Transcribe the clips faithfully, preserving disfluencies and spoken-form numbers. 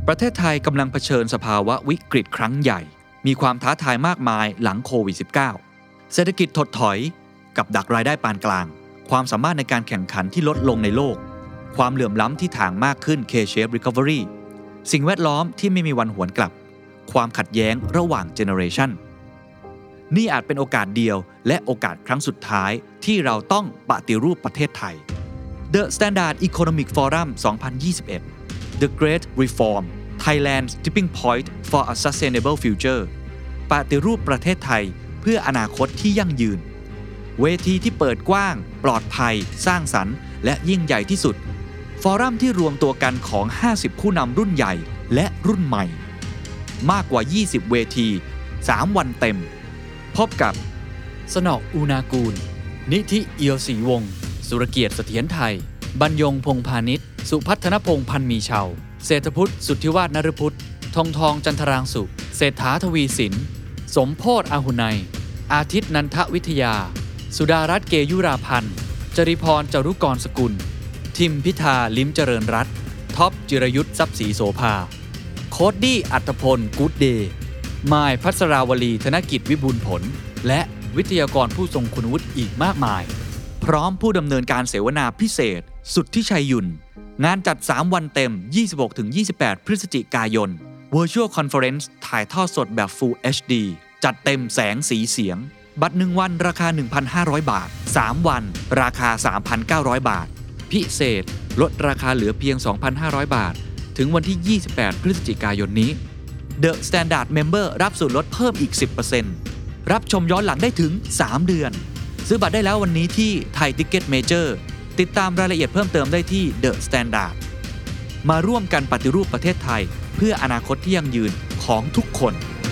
ประเทศไทยกำลังเผชิญสภาวะวิกฤตครั้งใหญ่มีความท้าทายมากมายหลังโควิด สิบเก้า เศรษฐกิจถดถอยกับดักรายได้ปานกลางความสามารถในการแข่งขันที่ลดลงในโลกความเหลื่อมล้ำที่ถ่างมากขึ้น K-shaped recovery สิ่งแวดล้อมที่ไม่มีวันหวนกลับความขัดแย้งระหว่างเจเนอเรชันนี่อาจเป็นโอกาสเดียวและโอกาสครั้งสุดท้ายที่เราต้องปฏิรูปประเทศไทย The Standard Economic Forum สองพันยี่สิบเอ็ด The Great Reform Thailand's Tipping Point for a Sustainable Future ปฏิรูปประเทศไทยเพื่ออนาคตที่ยั่งยืนเวทีที่เปิดกว้างปลอดภัยสร้างสรรค์และยิ่งใหญ่ที่สุดฟอรัมที่รวมตัวกันของห้าสิบผู้นำรุ่นใหญ่และรุ่นใหม่มากกว่ายี่สิบเวทีสามวันเต็มพบกับสนอกอูนากูลนิธิเอียวศรีวงศ์สุรเกียรติเสถียรไทยบรรยงพงษ์พาณิชย์สุพัฒนพงษ์พันมีเชาเศรษฐพุทธสุทธิวาฒนฤพุทธทองทองจันทรางสุเศรษฐาทวีสินสมโพธิ์อาหุไนอาทิตย์นันทวิทยาสุดารัตน์เกยุราพันธ์จริพรจารุกรสกุลทิมพิธาลิ้มเจริญรัตน์ท็อปจิรยุทธทรัพย์ศรีโสภาโคดดี้อัตพลกู๊ดเดย์มายพัสราวลีธนกิจวิบูลย์ผลและวิทยากรผู้ทรงคุณวุฒิอีกมากมายพร้อมผู้ดำเนินการเสวนาพิเศษสุทธิชัยยุนงานจัดสามวันเต็ม ยี่สิบหกถึงยี่สิบแปด พฤศจิกายน Virtual Conference ถ่ายทอดสดแบบ Full เอช ดี จัดเต็มแสงสีเสียงบัตรหนึ่งวันราคา หนึ่งพันห้าร้อย บาทสามวันราคา สามพันเก้าร้อย บาทพิเศษลดราคาเหลือเพียง สองพันห้าร้อย บาทถึงวันที่ยี่สิบแปดพฤศจิกายนนี้ The Standard Member รับส่วนลดเพิ่มอีก สิบเปอร์เซ็นต์ รับชมย้อนหลังได้ถึงสามเดือนซื้อบัตรได้แล้ววันนี้ที่ Thai Ticket Major ติดตามรายละเอียดเพิ่มเติมได้ที่ The Standard มาร่วมกันปฏิรูปประเทศไทยเพื่ออนาคตที่ยั่งยืนของทุกคน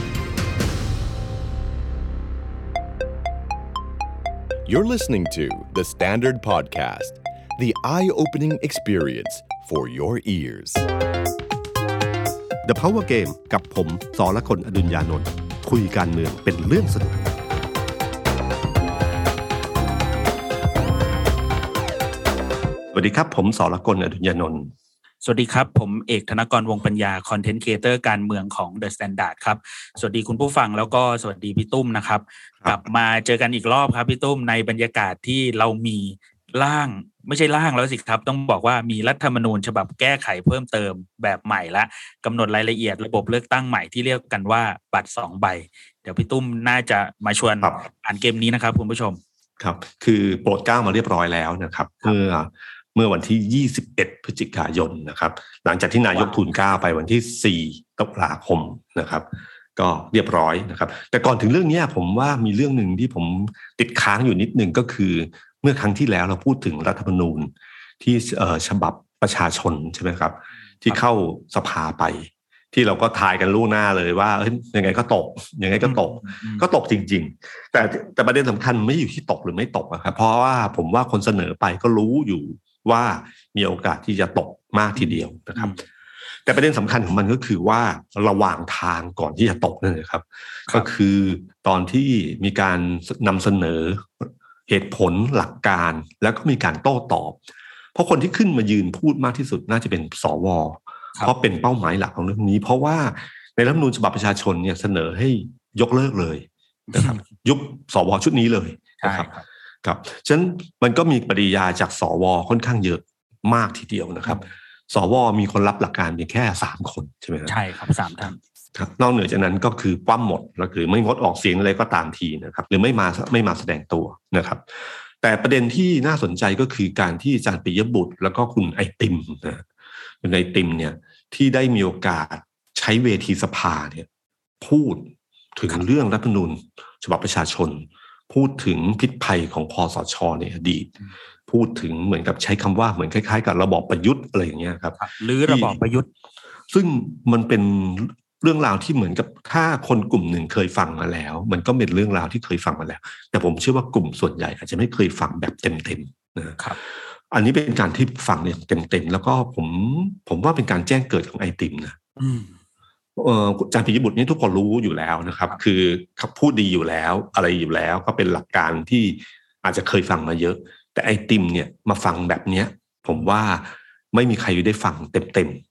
You're listening to The Standard Podcast, the eye-opening experience for your ears. The Power Game กับผมสรกล อดุลยานนท์คุยการเมืองเป็นเรื่องสนุกสวัสดีครับผมสรกล อดุลยานนท์สวัสดีครับผมเอกธนกรวงศ์ปัญญาคอนเทนต์ครีเอเตอร์การเมืองของ The Standard ครับสวัสดีคุณผู้ฟังแล้วก็สวัสดีพี่ตุ้มนะครับกลับมาเจอกันอีกรอบครับพี่ตุ้มในบรรยากาศที่เรามีร่างไม่ใช่ร่างแล้วสิครับต้องบอกว่ามีรัฐธรรมนูญฉบับแก้ไขเพิ่มเติมแบบใหม่ละกำหนดรายละเอียดระบบเลือกตั้งใหม่ที่เรียกกันว่าบัตรสองใบเดี๋ยวพี่ตุ้มน่าจะมาชวนอ่านเกมนี้นะครับคุณผู้ชมครับคือโปรดเกล้ามาเรียบร้อยแล้วนะครับเมื่อเมื่อวันที่ยี่สิบเอ็ดพฤศจิกายนนะครับหลังจากที่นายกทูลเกล้าไปวันที่สี่ตุลาคมนะครับก็เรียบร้อยนะครับแต่ก่อนถึงเรื่องนี้ผมว่ามีเรื่องนึงที่ผมติดค้างอยู่นิดนึงก็คือเมื่อครั้งที่แล้วเราพูดถึงรัฐธรรมนูญที่เอ่อฉบับประชาชนใช่ไหมครับที่เข้าสภาไปที่เราก็ทายกันล่วงหน้าเลยว่าเฮ้ยยังไงก็ตกยังไงก็ตกก็ตกจริงๆแต่แต่ประเด็นสำคัญไม่อยู่ที่ตกหรือไม่ตกนะครับเพราะว่าผมว่าคนเสนอไปก็รู้อยู่ว่ามีโอกาสที่จะตกมากทีเดียวนะครับแต่ประเด็นสำคัญของมันก็คือว่าระหว่างทางก่อนที่จะตกนั่นเลยครับก็คือตอนที่มีการนำเสนอเหตุผลหลักการแล้วก็มีการโต้ตอบเพราะคนที่ขึ้นมายืนพูดมากที่สุดน่าจะเป็นสวเพราะเป็นเป้าหมายหลักของเรื่องนี้เพราะว่าในรัฐธรรมนูญฉบับประชาชนเนี่ยเสนอให้ยกเลิกเลยนะครับยุบสวชุดนี้เลยนะครับครับฉะนั้นมันก็มีปฏิกิริยาจากสวค่อนข้างเยอะมากทีเดียวนะครับสวมีคนรับหลักการเพียงแค่สามคนใช่ไหมครับใช่ครับสามท่านครับนอกเหนือจากนั้นก็คือคว่ำหมดแล้วหรือไม่งดออกเสียงอะไรก็ตามทีนะครับหรือไม่มาไม่มาแสดงตัวนะครับแต่ประเด็นที่น่าสนใจก็คือการที่อาจารย์ปิยบุตรแล้วก็คุณไอติมนะคุณไอติมเนี่ยที่ได้มีโอกาสใช้เวทีสภาเนี่ยพูดถึงเรื่องรัฐธรรมนูญฉบับประชาชนพูดถึงพิษภัยของคสช.ในอดีตพูดถึงเหมือนกับใช้คำว่าเหมือนคล้ายๆกับระบอบประยุทธ์อะไรอย่างเงี้ยครับหรือระบอบประยุทธ์ซึ่งมันเป็นเรื่องราวที่เหมือนกับถ้าคนกลุ่มหนึ่งเคยฟังมาแล้วมันก็เป็นเรื่องราวที่เคยฟังมาแล้วแต่ผมเชื่อว่ากลุ่มส่วนใหญ่อาจจะไม่เคยฟังแบบเต็มๆนะครับอันนี้เป็นการที่ฟังเนี่ยเต็มๆแล้วก็ผมผมว่าเป็นการแจ้งเกิดของไอติมนะเอ่ออาจารย์ปิยบุตรนี่ทุกคนรู้อยู่แล้วนะครับคือเขาพูดดีอยู่แล้วอะไรอยู่แล้วก็เป็นหลักการที่อาจจะเคยฟังมาเยอะแต่ไอติมเนี่ยมาฟังแบบเนี้ยผมว่าไม่มีใครได้ฟังเต็มๆ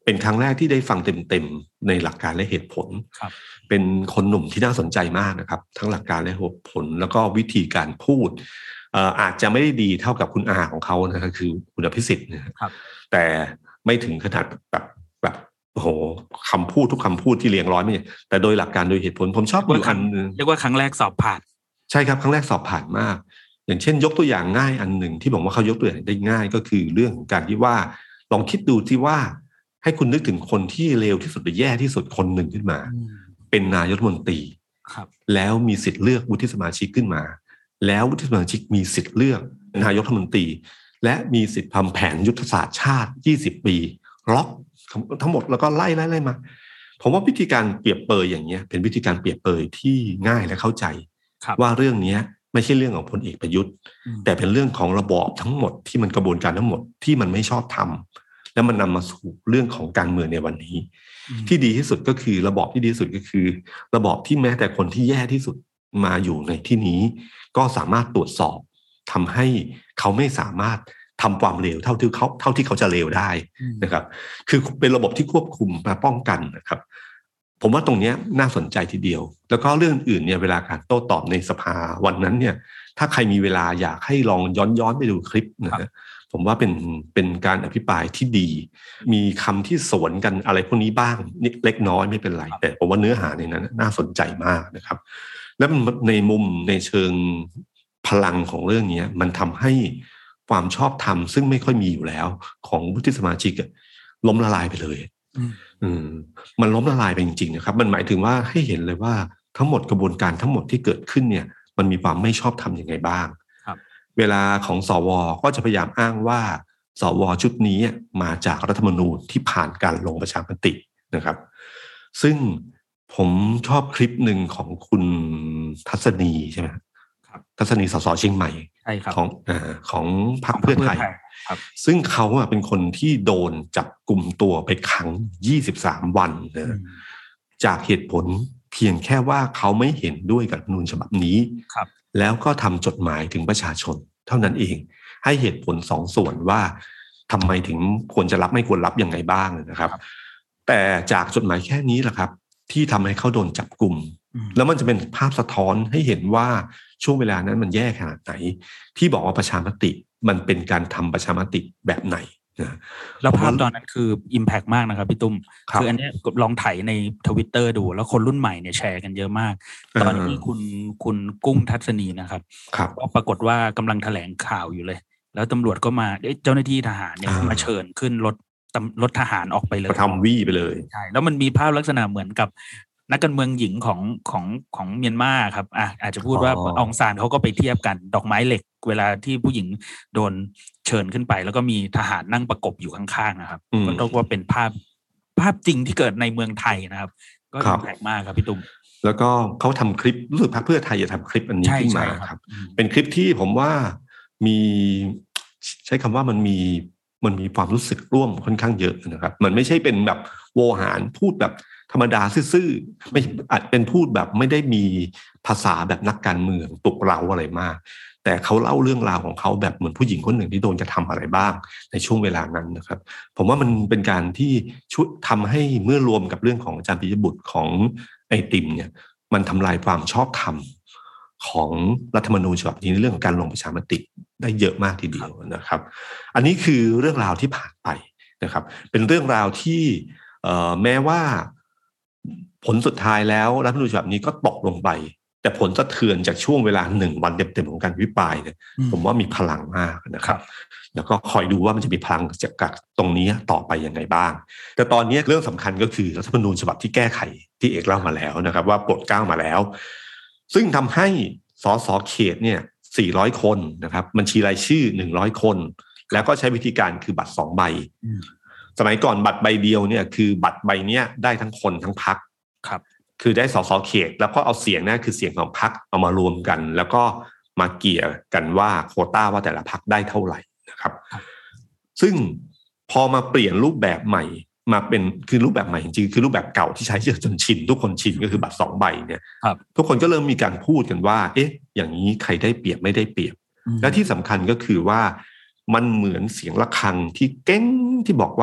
เป็นครั้งแรกที่ได้ฟังเต็มๆในหลักการและเหตุผลเป็นคนหนุ่มที่น่าสนใจมากนะครับทั้งหลักการและเหตุผลแล้วก็วิธีการพูดอาจจะไม่ได้ดีเท่ากับคุณอาของเขานะครับคือคุณอภิสิทธิ์นะครับแต่ไม่ถึงขนาดแบบแบบโอ้โหคำพูดทุกคำพูดที่เรียงร้อยไม่แต่โดยหลักการโดยเหตุผลผมชอบอยู่อันนึงเรียกว่าครั้งแรกสอบผ่านใช่ครับครั้งแรกสอบผ่านมากอย่างเช่นยกตัวอย่างง่ายอันหนึ่งที่บอกว่าเขายกตัวอย่างได้ง่ายก็คือเรื่องของการที่ว่าลองคิดดูที่ว่าให้คุณนึกถึงคนที่เลวที่สุดหรือแย่ที่สุดคนหนึ่งขึ้นมาเป็นนายกรัฐมนตรีแล้วมีสิทธิ์เลือกวุฒิสมาชิกขึ้นมาแล้ววุฒิสมาชิกมีสิทธิ์เลือกนายกรัฐมนตรีและมีสิทธิ์ทำแผนยุทธศาสตร์ชาติยี่สิบปีล็อกทั้งหมดแล้วก็ไล่ไล่ไล่มาผมว่าวิธีการเปรียบเปยอย่างเงี้ยเป็นวิธีการเปรียบเปยที่ง่ายและเข้าใจว่าเรื่องนี้ไม่ใช่เรื่องของพลเอกประยุทธ์แต่เป็นเรื่องของระบอบทั้งหมดที่มันกระบวนการทั้งหมดที่มันไม่ชอบทำแล้วมันนำมาสู่เรื่องของการเมืองในวันนี้ที่ดีที่สุดก็คือระบอบที่ดีที่สุดก็คือระบอบที่แม้แต่คนที่แย่ที่สุดมาอยู่ในที่นี้ก็สามารถตรวจสอบทำให้เขาไม่สามารถทำความเลวเท่าที่เขาเท่าที่เขาจะเลวได้นะครับคือเป็นระบบที่ควบคุมมาป้องกันนะครับผมว่าตรงนี้น่าสนใจทีเดียวแล้วก็เรื่องอื่นเนี่ยเวลาการโต้ตอบในสภาวันนั้นเนี่ยถ้าใครมีเวลาอยากให้ลองย้อนย้อนไปดูคลิปนะผมว่าเป็นเป็นการอภิปรายที่ดีมีคำที่สวนกันอะไรพวกนี้บ้างนิดเล็กน้อยไม่เป็นไรแต่ผมว่าเนื้อหาในนั้นน่าสนใจมากนะครับและในมุมในเชิงพลังของเรื่องนี้มันทำให้ความชอบธรรมซึ่งไม่ค่อยมีอยู่แล้วของวุฒิสมาชิกล้มละลายไปเลยอืมมันล้มละลายไปจริงๆนะครับมันหมายถึงว่าให้เห็นเลยว่าทั้งหมดกระบวนการทั้งหมดที่เกิดขึ้นเนี่ยมันมีความไม่ชอบธรรมยังไงบ้างเวลาของสวก็จะพยายามอ้างว่าสวชุดนี้มาจากรัฐธรรมนูญที่ผ่านการลงประชามตินะครับซึ่งผมชอบคลิปหนึ่งของคุณทัศนีใช่ไหมครับทัศนีสสเชียงใหม่ของอ่าของพรรคเพื่อไทยซึ่งเขาเป็นคนที่โดนจับกุมตัวไปขังยี่สิบสามวันนะจากเหตุผลเพียงแค่ว่าเขาไม่เห็นด้วยกับรัฐธรรมนูญฉบับนี้แล้วก็ทำจดหมายถึงประชาชนเท่านั้นเองให้เหตุผลสองส่วนว่าทำไมถึงควรจะรับไม่ควรรับยังไงบ้างนะครับแต่จากจดหมายแค่นี้แหละครับที่ทำให้เขาโดนจับกุมแล้วมันจะเป็นภาพสะท้อนให้เห็นว่าช่วงเวลานั้นมันแย่ขนาดไหนที่บอกว่าประชามติมันเป็นการทำประชามติแบบไหนนะแล้วภาพตอนนั้นคือ impact มากนะครับพี่ตุ้มคืออันนี้ลองไถใน Twitter ดูแล้วคนรุ่นใหม่เนี่ยแชร์กันเยอะมากตอนนี้คุณคุณกุ้งทัศนีนะครับก็ปรากฏว่ากำลังแถลงข่าวอยู่เลยแล้วตำรวจก็มาเจ้าหน้าที่ทหารเนี่ยมาเชิญขึ้นรถรถทหารออกไปเลยทำวี่ไปเลยใช่แล้วมันมีภาพลักษณะเหมือนกับนักการเมืองหญิงของของของเมียนมาครับอ่ะอาจจะพูดว่าองซานเขาก็ไปเทียบกันดอกไม้เหล็กเวลาที่ผู้หญิงโดนเชิญขึ้นไปแล้วก็มีทหารนั่งประกบอยู่ข้างๆนะครับก็ต้องว่าเป็นภาพภาพจริงที่เกิดในเมืองไทยนะครับก็แปลกมากครับพี่ตุ้มแล้วก็เขาทำคลิปรู้สึกพรรคเพื่อไทยจะทำคลิปอันนี้ขึ้นมาครับเป็นคลิปที่ผมว่ามีใช้คำว่ามันมีมันมีความรู้สึกร่วมค่อนข้างเยอะนะครับมันไม่ใช่เป็นแบบโวหารพูดแบบธรรมดาซื่อๆไม่อาจเป็นพูดแบบไม่ได้มีภาษาแบบนักการเมืองปลุกเร้าอะไรมากแต่เขาเล่าเรื่องราวของเขาแบบเหมือนผู้หญิงคนหนึ่งที่โดนจะทำอะไรบ้างในช่วงเวลานั้นนะครับผมว่ามันเป็นการที่ช่วยทำให้เมื่อรวมกับเรื่องของอาจารย์ปิยบุตรของไอติมเนี่ยมันทำลายความชอบธรรมของรัฐธรรมนูญฉบับนี้ในเรื่องของการลงประชามติได้เยอะมากทีเดียวนะครับอันนี้คือเรื่องราวที่ผ่านไปนะครับเป็นเรื่องราวที่แม้ว่าผลสุดท้ายแล้วรัฐธรรมนูญฉบับนี้ก็ตกลงไปแต่ผลสะเทือนจากช่วงเวลาหนึ่งวันเต็มๆของการวิปรายเนี่ยผมว่ามีพลังมากนะครับแล้วก็คอยดูว่ามันจะมีพลังจากตรงนี้ต่อไปยังไงบ้างแต่ตอนนี้เรื่องสำคัญก็คือรัฐธรรมนูญฉบับที่แก้ไขที่เอกเล่ามาแล้วนะครับว่าโปรดเกล้ามาแล้วซึ่งทำให้สสเขตเนี่ยสี่ร้อยคนนะครับบัญชีรายชื่อหนึ่งร้อยคนแล้วก็ใช้วิธีการคือบัตรสองใบสมัยก่อนบัตรใบเดียวเนี่ยคือบัตรใบเนี้ยได้ทั้งคนทั้งพรรคครับคือได้สสเขตแล้วก็เอาเสียงนั่นคือเสียงของพรรคเอามารวมกันแล้วก็มาเกี่ยกันว่าโควต้าว่าแต่ละพรรคได้เท่าไหร่นะครับซึ่งพอมาเปลี่ยนรูปแบบใหม่มาเป็นคือรูปแบบใหม่จริงๆคือรูปแบบเก่าที่ใช้จนชินทุกคนชินก็คือบัตรสองใบเนี่ยทุกคนก็เริ่มมีการพูดกันว่าเอ๊ะอย่างนี้ใครได้เปรียบไม่ได้เปรียบและที่สำคัญก็คือว่ามันเหมือนเสียงระฆังที่เก้งที่บอกว่า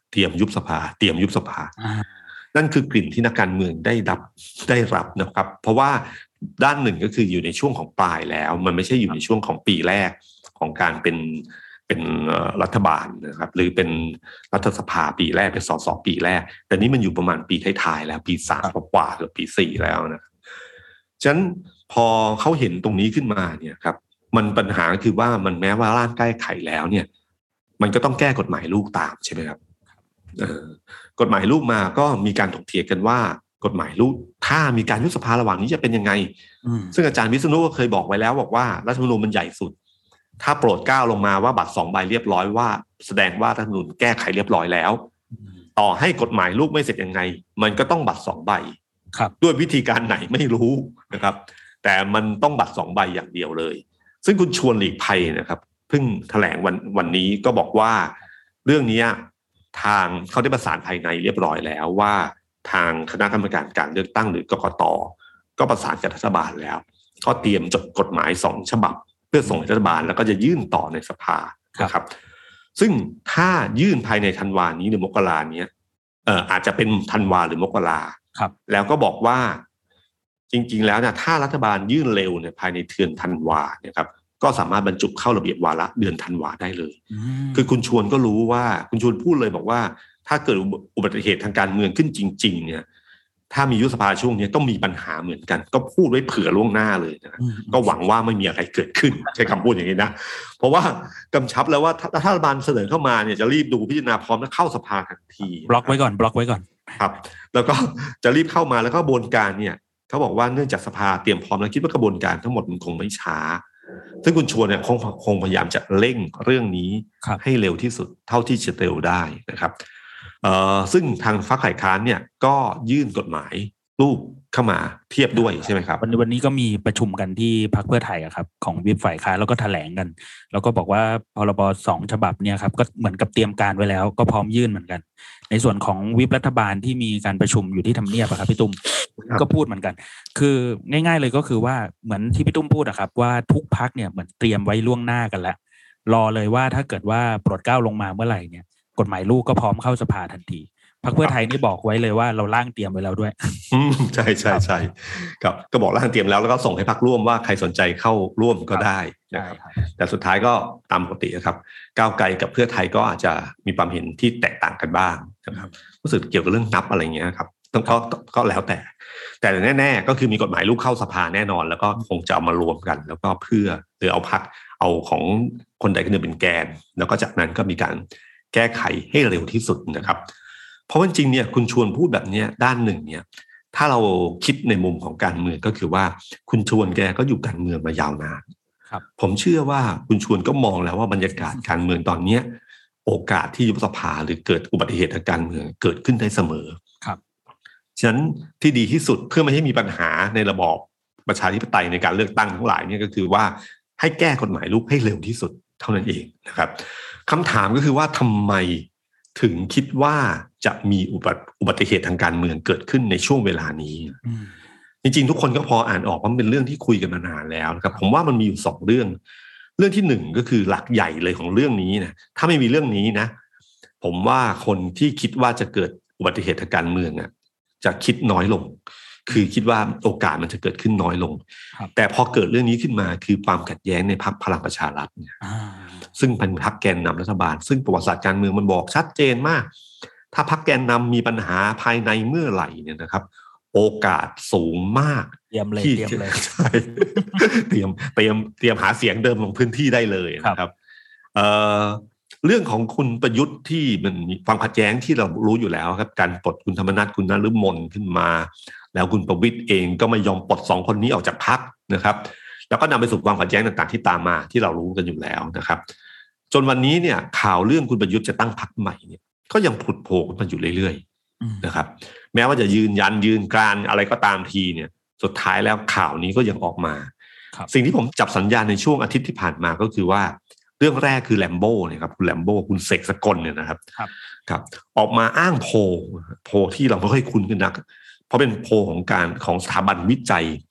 เตรียมยุบสภาเตรียมยุบสภานั่นคือกลิ่นที่นักการเมืองได้รับได้รับนะครับเพราะว่าด้านหนึ่งก็คืออยู่ในช่วงของปลายแล้วมันไม่ใช่อยู่ในช่วงของปีแรกของการเป็นเป็นรัฐบาลนะครับหรือเป็นรัฐสภาปีแรกเป็นสสปีแรกแต่นี้มันอยู่ประมาณปีท้ายๆแล้วปีสามกว่าเกือบปีสี่แล้วนะฉะนั้นพอเขาเห็นตรงนี้ขึ้นมาเนี่ยครับมันปัญหาคือว่ามันแม้ว่าร่างแก้ไขแล้วเนี่ยมันก็ต้องแก้กฎหมายลูกตามใช่ไหมครับกฎหมายลูกมาก็มีการถกเถียงกันว่ากฎหมายลูกถ้ามีการยุบสภาระหว่างนี้จะเป็นยังไงซึ่งอาจารย์วิษณุก็เคยบอกไว้แล้วบอกว่ารัฐธรรมนูญมันใหญ่สุดถ้าโปรดเกล้าลงมาว่าบัตรสองใบเรียบร้อยว่าแสดงว่ารัฐธรรมนูญแก้ไขเรียบร้อยแล้วต่อให้กฎหมายลูกไม่เสร็จยังไงมันก็ต้องบัตรสองใบด้วยวิธีการไหนไม่รู้นะครับแต่มันต้องบัตรสองใบอย่างเดียวเลยซึ่งคุณชวนหลีกภัยนะครับเพิ่งแถลงวันวันนี้ก็บอกว่าเรื่องนี้ทางเขาได้ประสานภายในเรียบร้อยแล้วว่าทางคณะกรรมการการเลือกตั้งหรือกกต.ก็ประสานกับรัฐบาลแล้วก็เตรียมจดกฎหมายสองฉบับเพื่อส่งรัฐบาลแล้วก็จะยื่นต่อในสภานะครับซึ่งถ้ายื่นภายในธันวานี้หรือมกราเนี้ยเอ่ออาจจะเป็นธันวาหรือมกราครับแล้วก็บอกว่าจริงๆแล้วเนี่ยถ้ารัฐบาลยื่นเร็วเนี่ยภายในเดือนธันวาเนี่ยครับก็สามารถบรรจุเข้าระเบียบวาระเดือนธันวาได้เลยคือคุณชวนก็รู้ว่าคุณชวนพูดเลยบอกว่าถ้าเกิดอุบัติเหตุทางการเมืองขึ้นจริงๆเนี่ยถ้ามียุบสภาช่วงนี้ต้องมีปัญหาเหมือนกันก็พูดไว้เผื่อล่วงหน้าเลยนะก็หวังว่าไม่มีอะไรเกิดขึ้นใช้คำพูดอย่างนี้นะเพราะว่ากำชับแล้วว่าถ้ารัฐบาลเสนอเข้ามาเนี่ยจะรีบดูพิจารณาพร้อมแล้วเข้าสภาทันทีบล็อกไว้ก่อนบล็อกไว้ก่อนครับแล้วก็จะรีบเข้ามาแล้วก็กระบวนการเนี่ยเขาบอกว่าเนื่องจากสภาเตรียมพร้อมแล้วคิดว่ากระบวนการทั้งหมดมันคงไม่ช้าซึ่งคุณชวนเนี่ยคงคงพยายามจะเร่งเรื่องนี้ให้เร็วที่สุดเท่าที่จะเร็วได้นะครับเอ่อซึ่งทางพรรคฝ่ายค้านเนี่ยก็ยื่นกฎหมายลูกเข้ามาเทียบด้วยใช่ไหมครับวันวันนี้ก็มีประชุมกันที่พรรคเพื่อไทยอะครับของวิปฝ่ายค้านแล้วก็แถลงกันแล้วก็บอกว่าพรบสองฉบับเนี่ยครับก็เหมือนกับเตรียมการไว้แล้วก็พร้อมยื่นเหมือนกันในส่วนของวิปรัฐบาลที่มีการประชุมอยู่ที่ทำเนียบอะครับพี่ตุ้มก็พูดเหมือนกันคือง่ายๆเลยก็คือว่าเหมือนที่พี่ตุ้มพูดอะครับว่าทุกพรรคเนี่ยเหมือนเตรียมไว้ล่วงหน้ากันแล้วรอเลยว่าถ้าเกิดว่าโปรดเกล้าลงมาเมื่อไหร่เนี่ยกฎหมายลูกก็พร้อมเข้าสภาทันทีพรรคเพื่อไทยนี่บอกไว้เลยว่าเราร่างเตรียมไว้แล้วด้วยใช่ใช่ใช่ครับก็บอกร่างเตรียมแล้วแล้วก็ส่งให้พรรคร่วมว่าใครสนใจเข้าร่วมก็ได้นะครับแต่สุดท้ายก็ตามปกตินะครับก้าวไกลกับเพื่อไทยก็อาจจะมีความเห็นที่แตกต่างกันบ้างนะครับรู้สึกเกี่ยวกับเรื่องนับอะไรเงี้ยครับต้องก็ก็แล้วแต่แต่แน่ๆก็คือมีกฎหมายลูกเข้าสภาแน่นอนแล้วก็คงจะเอามารวมกันแล้วก็เพื่อหรือเอาพรรคเอาของคนใดคนหนึ่งเป็นแกนแล้วก็จากนั้นก็มีการแก้ไขให้เร็วที่สุดนะครับเพราะจริงๆเนี่ยคุณชวนพูดแบบนี้ด้านหนึ่งเนี่ยถ้าเราคิดในมุมของการเมืองก็คือว่าคุณชวนแกก็อยู่การเมืองมายาวนานผมเชื่อว่าคุณชวนก็มองแล้วว่าบรรยากาศการเมืองตอนนี้โอกาสที่ยุบสภาหรือเกิดอุบัติเหตุทางการเมืองเกิดขึ้นได้เสมอครับฉะนั้นที่ดีที่สุดเพื่อไม่ให้มีปัญหาในระบอบประชาธิปไตยในการเลือกตั้งทั้งหลายเนี่ยก็คือว่าให้แก้กฎหมายลูกให้เร็วที่สุดเท่านั้นเองนะครับคำถามก็คือว่าทำไมถึงคิดว่าจะมีอุบัติเหตุทางการเมืองเกิดขึ้นในช่วงเวลานี้จริงๆทุกคนก็พออ่านออกว่ามันเป็นเรื่องที่คุยกันมานานแล้วนะครับผมว่ามันมีอยู่สองเรื่องเรื่องที่หนึ่งก็คือหลักใหญ่เลยของเรื่องนี้นะถ้าไม่มีเรื่องนี้นะผมว่าคนที่คิดว่าจะเกิดอุบัติเหตุทางการเมืองอ่ะจะคิดน้อยลงคือคิดว่าโอกาสมันจะเกิดขึ้นน้อยลงแต่พอเกิดเรื่องนี้ขึ้นมาคือความขัดแย้งในพรรคพลังประชารัฐเนี่ยซึ่งเป็นพรรคแกนนำรัฐบาลซึ่งประวัติศาสตร์การเมืองมันบอกชัดเจนมากถ้าพรรคแกนนำมีปัญหาภายในเมื่อไหร่เนี่ยนะครับโอกาสสูงมากเตรียมเลยเตรียมเลยใช่เตรียมเตรียมเตรียมหาเสียงเดิมลงพื้นที่ได้เลยนะครับเอ่อเรื่องของคุณประยุทธ์ที่มันมีความขัดแย้งที่เรารู้อยู่แล้วครับการปลดคุณธรรมนัสคุณนฤมลขึ้นมาแล้วคุณประวิตรเองก็ไม่ยอมปลดสองคนนี้ออกจากพรรคนะครับแล้วก็นำไปสู่ความขัดแย้งต่างๆที่ตามมาที่เรารู้กันอยู่แล้วนะครับจนวันนี้เนี่ยข่าวเรื่องคุณประยุทธ์จะตั้งพรรคใหม่เนี่ยก็ยังผุดโผล่ขึ้นมาอยู่เรื่อยๆนะครับแม้ว่าจะยืนยันยืนกรานอะไรก็ตามทีเนี่ยสุดท้ายแล้วข่าวนี้ก็ยังออกมาสิ่งที่ผมจับสัญญาณในช่วงอาทิตย์ที่ผ่านมาก็คือว่าเรื่องแรกคือแลมโบ้เนี่ยครับคุณแลมโบ้คุณเสกสกลเนี่ยนะครับครับออกมาอ้างโพลโพลที่เราไม่ค่อยคุ้นกันนักเพราะเป็นโพลของการของสถาบันวิจัย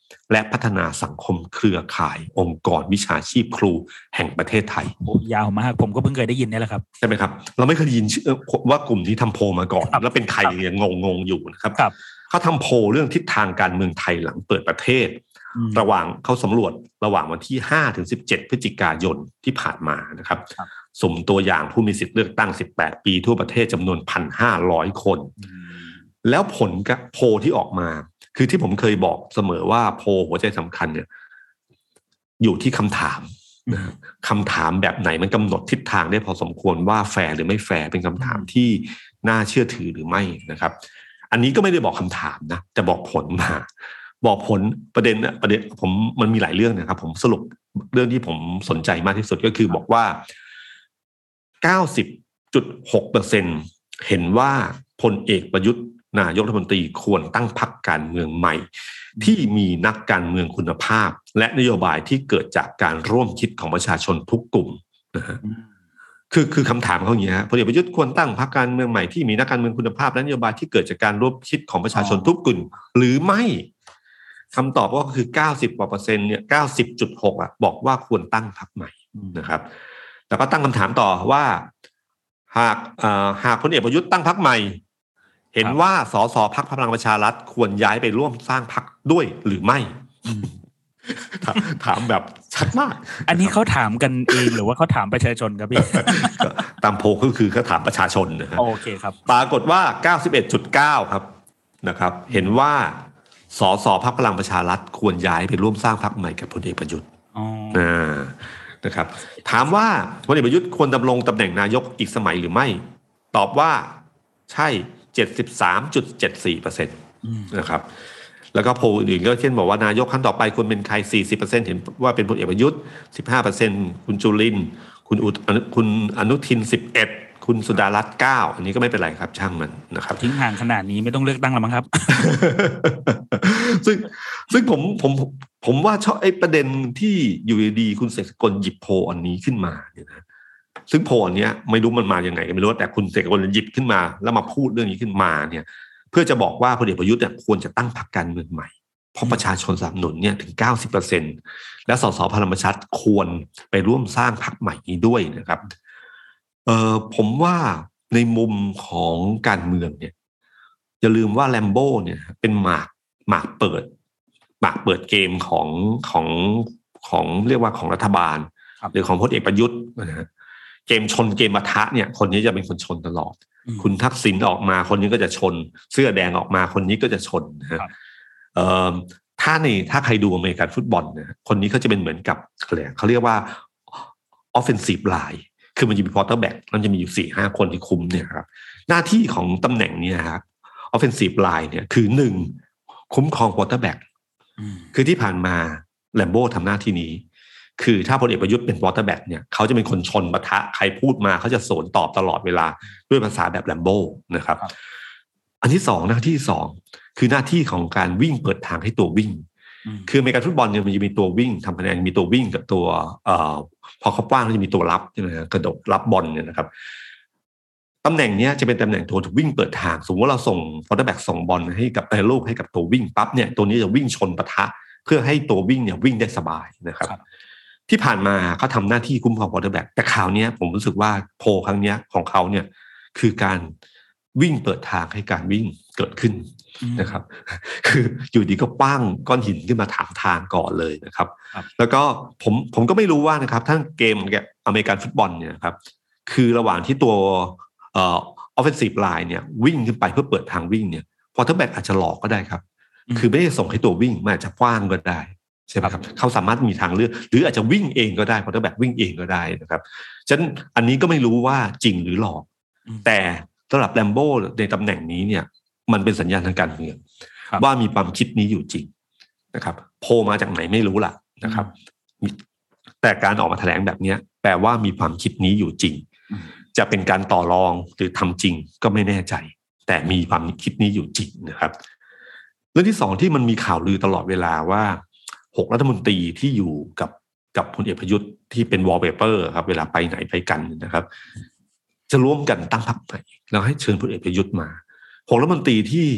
และพัฒนาสังคมเครือข่ายองค์กรวิชาชีพครูแห่งประเทศไทยโอ้ยาวมากผมก็เพิ่งเคยได้ยินนี่แหละครับใช่ไหมครับเราไม่เคยยินว่ากลุ่มนี้ทำโพลมาก่อนแล้วเป็นใครยังงงๆอยู่นะครับเขาทำโพลเรื่องทิศทางการเมืองไทยหลังเปิดประเทศระหว่างเขาสำรวจระหว่างวันที่ห้าถึงสิบเจ็ดพฤศจิกายนที่ผ่านมานะครับสุ่มตัวอย่างผู้มีสิทธิ์เลือกตั้งสิบแปดปีทั่วประเทศจำนวน หนึ่งพันห้าร้อย คนแล้วผลโพลที่ออกมาคือที่ผมเคยบอกเสมอว่าโพลหัวใจสำคัญเนี่ยอยู่ที่คำถามคำถามแบบไหนมันกำหนดทิศทางได้พอสมควรว่าแฟร์หรือไม่แฟร์เป็นคำถามที่น่าเชื่อถือหรือไม่นะครับอันนี้ก็ไม่ได้บอกคำถามนะแต่บอกผลมาบอกผลประเด็นประเด็นผมมันมีหลายเรื่องนะครับผมสรุปเรื่องที่ผมสนใจมากที่สุดก็คือบอกว่า เก้าสิบจุดหกเปอร์เซ็นต์ เห็นว่าพลเอกประยุทธ์นายกรัฐมนตรีควรตั้งพรรคการเมืองใหม่ที่มีนักการเมืองคุณภาพและนโยบายที่เกิดจากการร่วมคิดของประชาชนทุกกลุ่มนะฮะคือคือคำถามเขาอย่างนี้ฮะพลเอกประยุทธ์ควรตั้งพรรคการเมืองใหม่ที่มีนักการเมืองคุณภาพและนโยบายที่เกิดจากการร่วมคิดของประชาชนทุกกลุ่มหรือไม่คำตอบก็คือเก้าสิบกว่าเปอร์เซ็นต์เนี่ย เก้าสิบจุดหก อ่ะบอกว่าควรตั้งพรรคใหม่นะครับแล้วก็ตั้งคำถามต่อว่าหากหากพลเอกประยุทธ์ตั้งพรรคใหม่เห็นว่าสสพรรคพลังประชารัฐควรย้ายไปร่วมสร้างพรรคด้วยหรือไม่ถามแบบชัดมากอันนี้เขาถามกันเองหรือว่าเขาถามประชาชนครับพี่ตามโพลก็คือเขาถามประชาชนนะฮะโอเคครับปรากฏว่า เก้าสิบเอ็ดจุดเก้า ครับนะครับเห็นว่าสสพรรคพลังประชารัฐควรย้ายไปร่วมสร้างพรรคใหม่กับพลเอกประยุทธ์อ่านะครับถามว่าพลเอกประยุทธ์ควรดำรงตำแหน่งนายกอีกสมัยหรือไม่ตอบว่าใช่ เจ็ดสิบสามจุดเจ็ดสี่เปอร์เซ็นต์ นะครับแล้วก็โพลอื่นก็เช่นบอกว่านายกครั้งต่อไปควรเป็นใคร สี่สิบเปอร์เซ็นต์ เห็นว่าเป็นพลเอกประยุทธ์ สิบห้าเปอร์เซ็นต์ คุณจุรินทร์คุณคุณอนุทินสิบเอ็ดคุณสุดารัตน์เก้าอันนี้ก็ไม่เป็นไรครับช่างมันนะครับทิ้งห่างขนาดนี้ไม่ต้องเลือกตั้งแล้วมั้งครับซึ่งซึ่งผมผมผมว่าชอบไอ้ประเด็นที่อยู่ดีๆคุณเสกสกลหยิบโพลอันนี้ขึ้นมาเนี่ยนะซึ่งโพลอันนี้ไม่รู้มันมาอย่างไงก็ไม่รู้แต่คุณเสกสกลหยิบขึ้นมาแล้วมาพูดเรื่องนี้ขึ้นมาเนี่ยเพื่อจะบอกว่าพลเอกประยุทธ์เนี่ยควรจะตั้งพรรคการเมืองใหม่เพราะประชาชนสนับสนุนเนี่ยถึง เก้าสิบเปอร์เซ็นต์ และสสพลังประชารัฐควรไปร่วมสร้างพรรคใหม่นี้ด้วยนะครับเอ่อผมว่าในมุมของการเมืองเนี่ยอย่าลืมว่าแลมโบ้เนี่ยเป็นหมากหมากเปิดหมากเปิดเกมของของของเรียกว่าของรัฐบาลหรือของพลเอกประยุทธ์นะฮะเกมชนเกมปะทะเนี่ยคนนี้จะเป็นคนชนตลอดคุณทักษิณออกมาคนนี้ก็จะชนเสื้อแดงออกมาคนนี้ก็จะชนนะฮะเอ่อถ้าในถ้าใครดูอเมริกันฟุตบอลเนี่ยคนนี้เขาจะเป็นเหมือนกับอะไรเขาเรียกว่า offensive line คือมันจะมีควอเตอร์แบ็กมันจะมีอยู่ สี่ห้า คนที่คุมเนี่ยครับหน้าที่ของตำแหน่งนี้ครับ offensive line เนี่ยคือหนึ่งคุ้มครองควอเตอร์แบ็กคือที่ผ่านมาแลมโบ้ทำหน้าที่นี้คือถ้าพลเอกประยุทธ์เป็นควอเตอร์แบ็กเนี่ยเขาจะเป็นคนชนปะทะใครพูดมาเขาจะสวนตอบตลอดเวลาด้วยภาษาแบบแลมโบ้นะครับอันที่สองหน้าที่สองคือหน้าที่ของการวิ่งเปิดทางให้ตัววิ่งคือในการฟุตบอลเนี่ยมันจะมีตัววิ่งทำคะแนนมีตัววิ่งกับตัวเอ่อพอเขากว้างก็จะมีตัวรับใช่ไหมกระโดดรับบอลเนี่ยนะครับตำแหน่งนี้จะเป็นตำแหน่งตัววิ่งเปิดทางสมมติว่าเราส่งควอเตอร์แบ็กส่งบอลให้กับไอ้ลูกให้กับตัววิ่งปั๊บเนี่ยตัวนี้จะวิ่งชนปะทะเพื่อให้ตัววิ่งเนี่ยวิ่งได้สบายนะครับที่ผ่านมาเขาทำหน้าที่คุ้มครองควอเตอร์แบ็กแต่คราวนี้ผมรู้สึกว่าโพลครั้งนี้ของเขาเนี่ยคือการวิ่งเปิดทางให้การวิ่งเกิดขึ้นนะครับคืออยู่ดีก็ปั้งก้อนหินขึ้นมาถามทางก่อนเลยนะครับแล้วก็ผมผมก็ไม่รู้ว่านะครับทั้งเกมอเมริกันฟุตบอลเนี่ยครับคือระหว่างที่ตัวเอ่อ offensive line เนี่ยวิ่งขึ้นไปเพื่อเปิดทางวิ่งเนี่ยควอเตอร์แบ็กอาจจะหลอกก็ได้ครับคือไม่ได้ส่งให้ตัววิ่งมันอาจจะกว้างก็ได้ใช่ไหมครับเขาสามารถมีทางเลือกหรืออาจจะวิ่งเองก็ได้ควอเตอร์แบ็กวิ่งเองก็ได้นะครับฉะนั้นอันนี้ก็ไม่รู้ว่าจริงหรือหลอกแต่สำหรับแลมโบ้ในตำแหน่งนี้เนี่ยมันเป็นสัญญาณทางการเมืองว่ามีความคิดนี้อยู่จริงนะครับโพลมาจากไหนไม่รู้ล่ะนะครับแต่การออกมาแถลงแบบนี้แปลว่ามีความคิดนี้อยู่จริงจะเป็นการต่อรองหรือทำจริงก็ไม่แน่ใจแต่มีความคิดนี้อยู่จริงนะครับเรื่องที่สองที่มันมีข่าวลือตลอดเวลาว่าหกรัฐมนตรีที่อยู่กับกับพลเอกประยุทธ์ที่เป็นวอลเปเปอร์ครับเวลาไปไหนไปกันนะครับจะร่วมกันตั้งพรรคใหม่แล้วให้เชิญพลเอกประยุทธ์มาหกรัฐมนตรีที่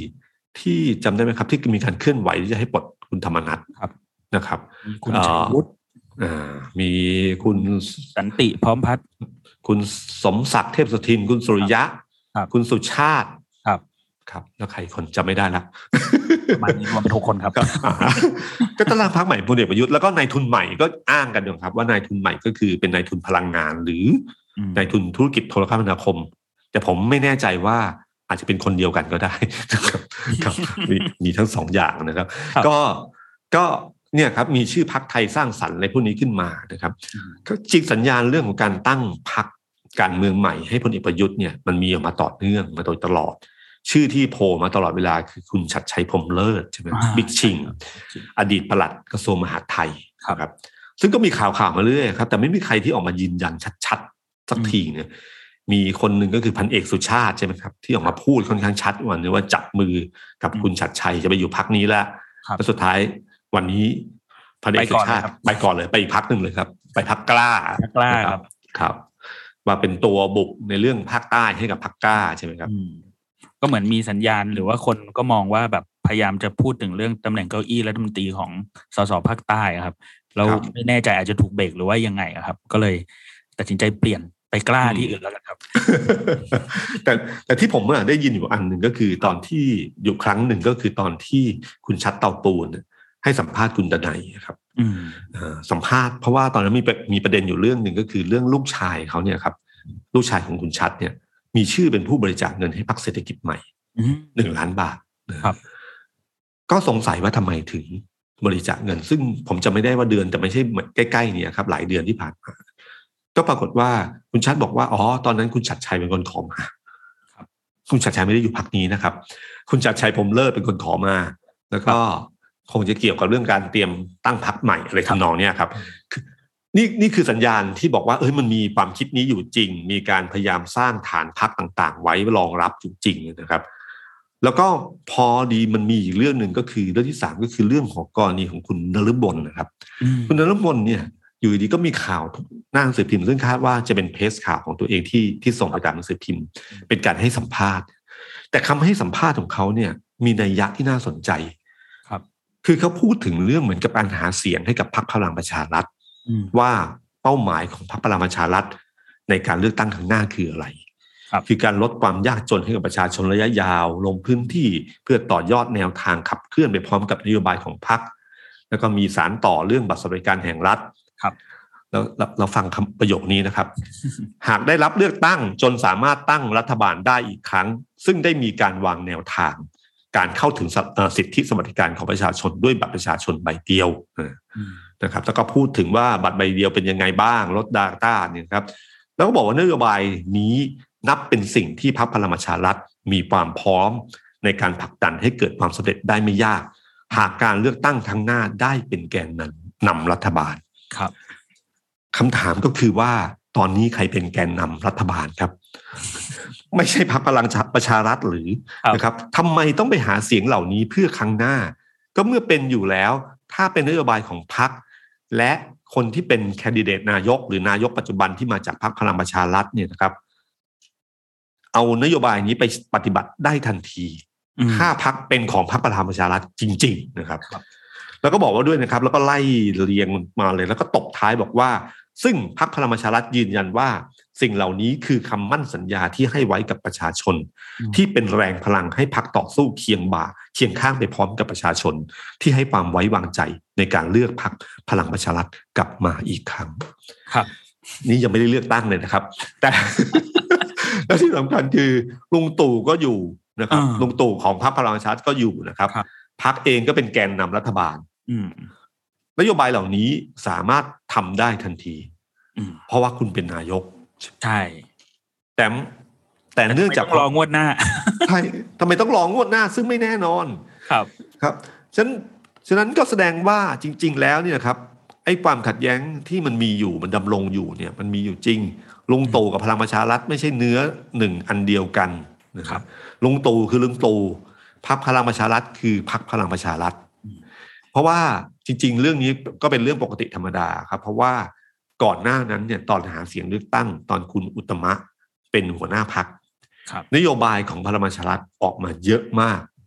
ที่จำได้ไหมครับที่มีการเคลื่อนไหวที่จะให้ปลดคุณธรรมนัสนะครับมีคุณชัยวุฒิอ่ามีคุณสันติพร้อมพัฒน์คุณสมศักดิ์เทพสุทินคุณสุริยะคุณสุชาติครับครับแล้วใครคนจำไม่ได้ละประมาณนี้รวมเป็นหกคนครับก็ตารางพรรคใหม่พลเอกประยุทธ์แล้วก็นายทุนใหม่ก็อ้างกันอยู่ครับว่านายทุนใหม่ก็คือเป็นนายทุนพลังงานหรือนายทุนธุรกิจโทรคมนาคมแต่ผมไม่แน่ใจว่าอาจจะเป็นคนเดียวกันก็ได้นะครับครับมีมีทั้งสองอย่างนะครับก็ก็เนี่ยครับมีชื่อพรรคไทยสร้างสรรค์อะไรพวกนี้ขึ้นมานะครับก็จิกสัญญาณเรื่องของการตั้งพรรคการเมืองใหม่ให้พลเอกประยุทธ์เนี่ยมันมีออกมาต่อเนื่องมาโดยตลอดชื่อที่โผล่มาตลอดเวลาคือคุณชัดชัยพรหมเลิศใช่ไหมบิ๊กชิงอดีตปลัดกระทรวงมหาดไทยครับซึ่งก็มีข่าวข่าวมาเรื่อยครับแต่ไม่มีใครที่ออกมายืนยันชัดๆสักทีเนี่ยมีคนหนึ่งก็คือพันเอกสุชาติใช่ไหมครับที่ออกมาพูดค่อนข้างชัดวันนี้ว่าจับมือกับคุณชัดชัยจะไปอยู่พรรคนี้แล้วแล้วสุดท้ายวันนี้พันเอกสุชาติไปก่อนเลยไปอีกพรรคหนึ่งเลยครับไปพรรคกล้ากล้าครับครับว่าเป็นตัวบุกในเรื่องภาคใต้ให้กับพรรคกล้าใช่ไหมครับก็เหมือนมีสัญญาณหรือว่าคนก็มองว่าแบบพยายามจะพูดถึงเรื่องตำแหน่งเก้าอี้รัฐมนตรีของสสภาคใต้ครับเราไม่แน่ใจอาจจะถูกเบรกหรือว่ายังไงครับก็เลยตัดสินใจเปลี่ยนไปกล้าที่อื่นแล้วกันครับแต่แต่ที่ผมได้ยินอยู่อันหนึ่งก็คือตอนที่อยู่ครั้งหนึ่งก็คือตอนที่คุณชัดเตาปูนให้สัมภาษณ์คุณดนัยครับสัมภาษณ์เพราะว่าตอนนั้นมีมีประเด็นอยู่เรื่องหนึ่งก็คือเรื่องลูกชายเขาเนี่ยครับลูกชายของคุณชัดเนี่ยมีชื่อเป็นผู้บริจาคเงินให้พรรคเศรษฐกิจใหม่หนึ่งล้านบาทครับก็สงสัยว่าทำไมถึงบริจาคเงินซึ่งผมจะไม่ได้ว่าเดือนแต่ไม่ใช่ใกล้ๆเนี่ยครับหลายเดือนที่ผ่านมาก็ปรากฏว่าคุณชัดบอกว่าอ๋อตอนนั้นคุณชัดชัยเป็นคนขอมาคุณชัดชัยไม่ได้อยู่พรรคนี้นะครับคุณชัดชัยพรหมเลิศเป็นคนขอมาแล้วก็คงจะเกี่ยวกับเรื่องการเตรียมตั้งพรรคใหม่อะไรทำนองนี้ครับนี่นี่คือสัญญาณที่บอกว่าเอ้ยมันมีความคิดนี้อยู่จริงมีการพยายามสร้างฐานพรรคต่างๆไว้รองรับอยู่จริงนะครับแล้วก็พอดีมันมีอีกเรื่องหนึ่งก็คือเรื่องที่สามก็คือเรื่องของกรณีของคุณนฤมลนะครับคุณนฤมลเนี่ยอยู่ดีก็มีข่าวหน้าหนังสือพิมพ์ซึ่งคาดว่าจะเป็นเพจข่าวของตัวเองที่ที่ส่งไปตามหนังสือพิมพ์เป็นการให้สัมภาษณ์แต่คำให้สัมภาษณ์ของเขาเนี่ยมีนัยยะที่น่าสนใจครับคือเขาพูดถึงเรื่องเหมือนกับการหาเสียงให้กับพรรคพลังประชารัฐว่าเป้าหมายของพรรคพลังประชารัฐในการเลือกตั้งครั้งหน้าคืออะไรคือการลดความยากจนให้กับประชาชนระยะยาวลงพื้นที่เพื่อต่อยอดแนวทางขับเคลื่อนไปพร้อมกับนโยบายของพรรคแล้วก็มีสารต่อเรื่องบัตรสวัสดิการแห่งรัฐครับแล้วเราฟังคำประโยคนี้นะครับ หากได้รับเลือกตั้งจนสามารถตั้งรัฐบาลได้อีกครั้งซึ่งได้มีการวางแนวทางการเข้าถึงสิทธิสวัสดิการของประชาชนด้วยบัตรประชาชนใบเดียวนะครับแล้วก็พูดถึงว่าบัตรใบเดียวเป็นยังไงบ้างลด Data เนี่ยครับแล้วก็บอกว่านโยบายนี้นับเป็นสิ่งที่พรรคพลังประชารัฐมีความพร้อมในการผลักดันให้เกิดความสำเร็จได้ไม่ยากหากการเลือกตั้งครั้งหน้าได้เป็นแกนนำรัฐบาลครับคำถามก็คือว่าตอนนี้ใครเป็นแกนนำรัฐบาลครับ ไม่ใช่พรรคพลังประชารัฐหรือนะครับทำไมต้องไปหาเสียงเหล่านี้เพื่อครั้งหน้าก็เมื่อเป็นอยู่แล้วถ้าเป็นนโยบายของพรรคและคนที่เป็นแคนดิเดตนายกหรือนายกปัจจุบันที่มาจากพรรคพลังประชารัฐเนี่ยนะครับเอานโยบายนี้ไปปฏิบัติได้ทันทีถ้าพรรคเป็นของพรรคพลังประชารัฐจริงๆนะครับแล้วก็บอกว่าด้วยนะครับแล้วก็ไล่เรียงมาเลยแล้วก็ตบท้ายบอกว่าซึ่งพรรคพลังประชารัฐยืนยันว่าสิ่งเหล่านี้คือคำมั่นสัญญาที่ให้ไว้กับประชาชนที่เป็นแรงพลังให้พรรคต่อสู้เคียงบ่าเคียงข้างไปพร้อมกับประชาชนที่ให้ความไว้วางใจในการเลือกพรรคพลังประชารัฐกลับมาอีกครั้งครับนี่ยังไม่ได้เลือกตั้งเลยนะครับแต่และที่สำคัญคือลุงตู่ก็อยู่นะครับลุงตู่ของพรรคพลังประชารัฐก็อยู่นะครับพรรคเองก็เป็นแกนนำรัฐบาลนโยบายเหล่านี้สามารถทำได้ทันทีเพราะว่าคุณเป็นนายกใช่แต่แต่เนื่องจากรองวดหน้าใช่ทำไมต้องรองวดหน้าซึ่งไม่แน่นอนครับครับฉะนั้นฉะนั้นก็แสดงว่าจริงๆแล้วเนี่ยครับไอ้ความขัดแย้งที่มันมีอยู่มันดำรงอยู่เนี่ยมันมีอยู่จริงลุงตู่กับพลังประชารัฐไม่ใช่เนื้อหนึ่งอันเดียวกันนะครับลุงตู่คือลุงตู่พรรคพลังประชารัฐคือพรรคพลังประชารัฐเพราะว่าจริงๆเรื่องนี้ก็เป็นเรื่องปกติธรรมดาครับเพราะว่าก่อนหน้านั้นเนี่ยตอนหาเสียงเลือกตั้งตอนคุณอุตตมะเป็นหัวหน้าพรรคนโยบายของพลังประชารัฐออกมาเยอะมาก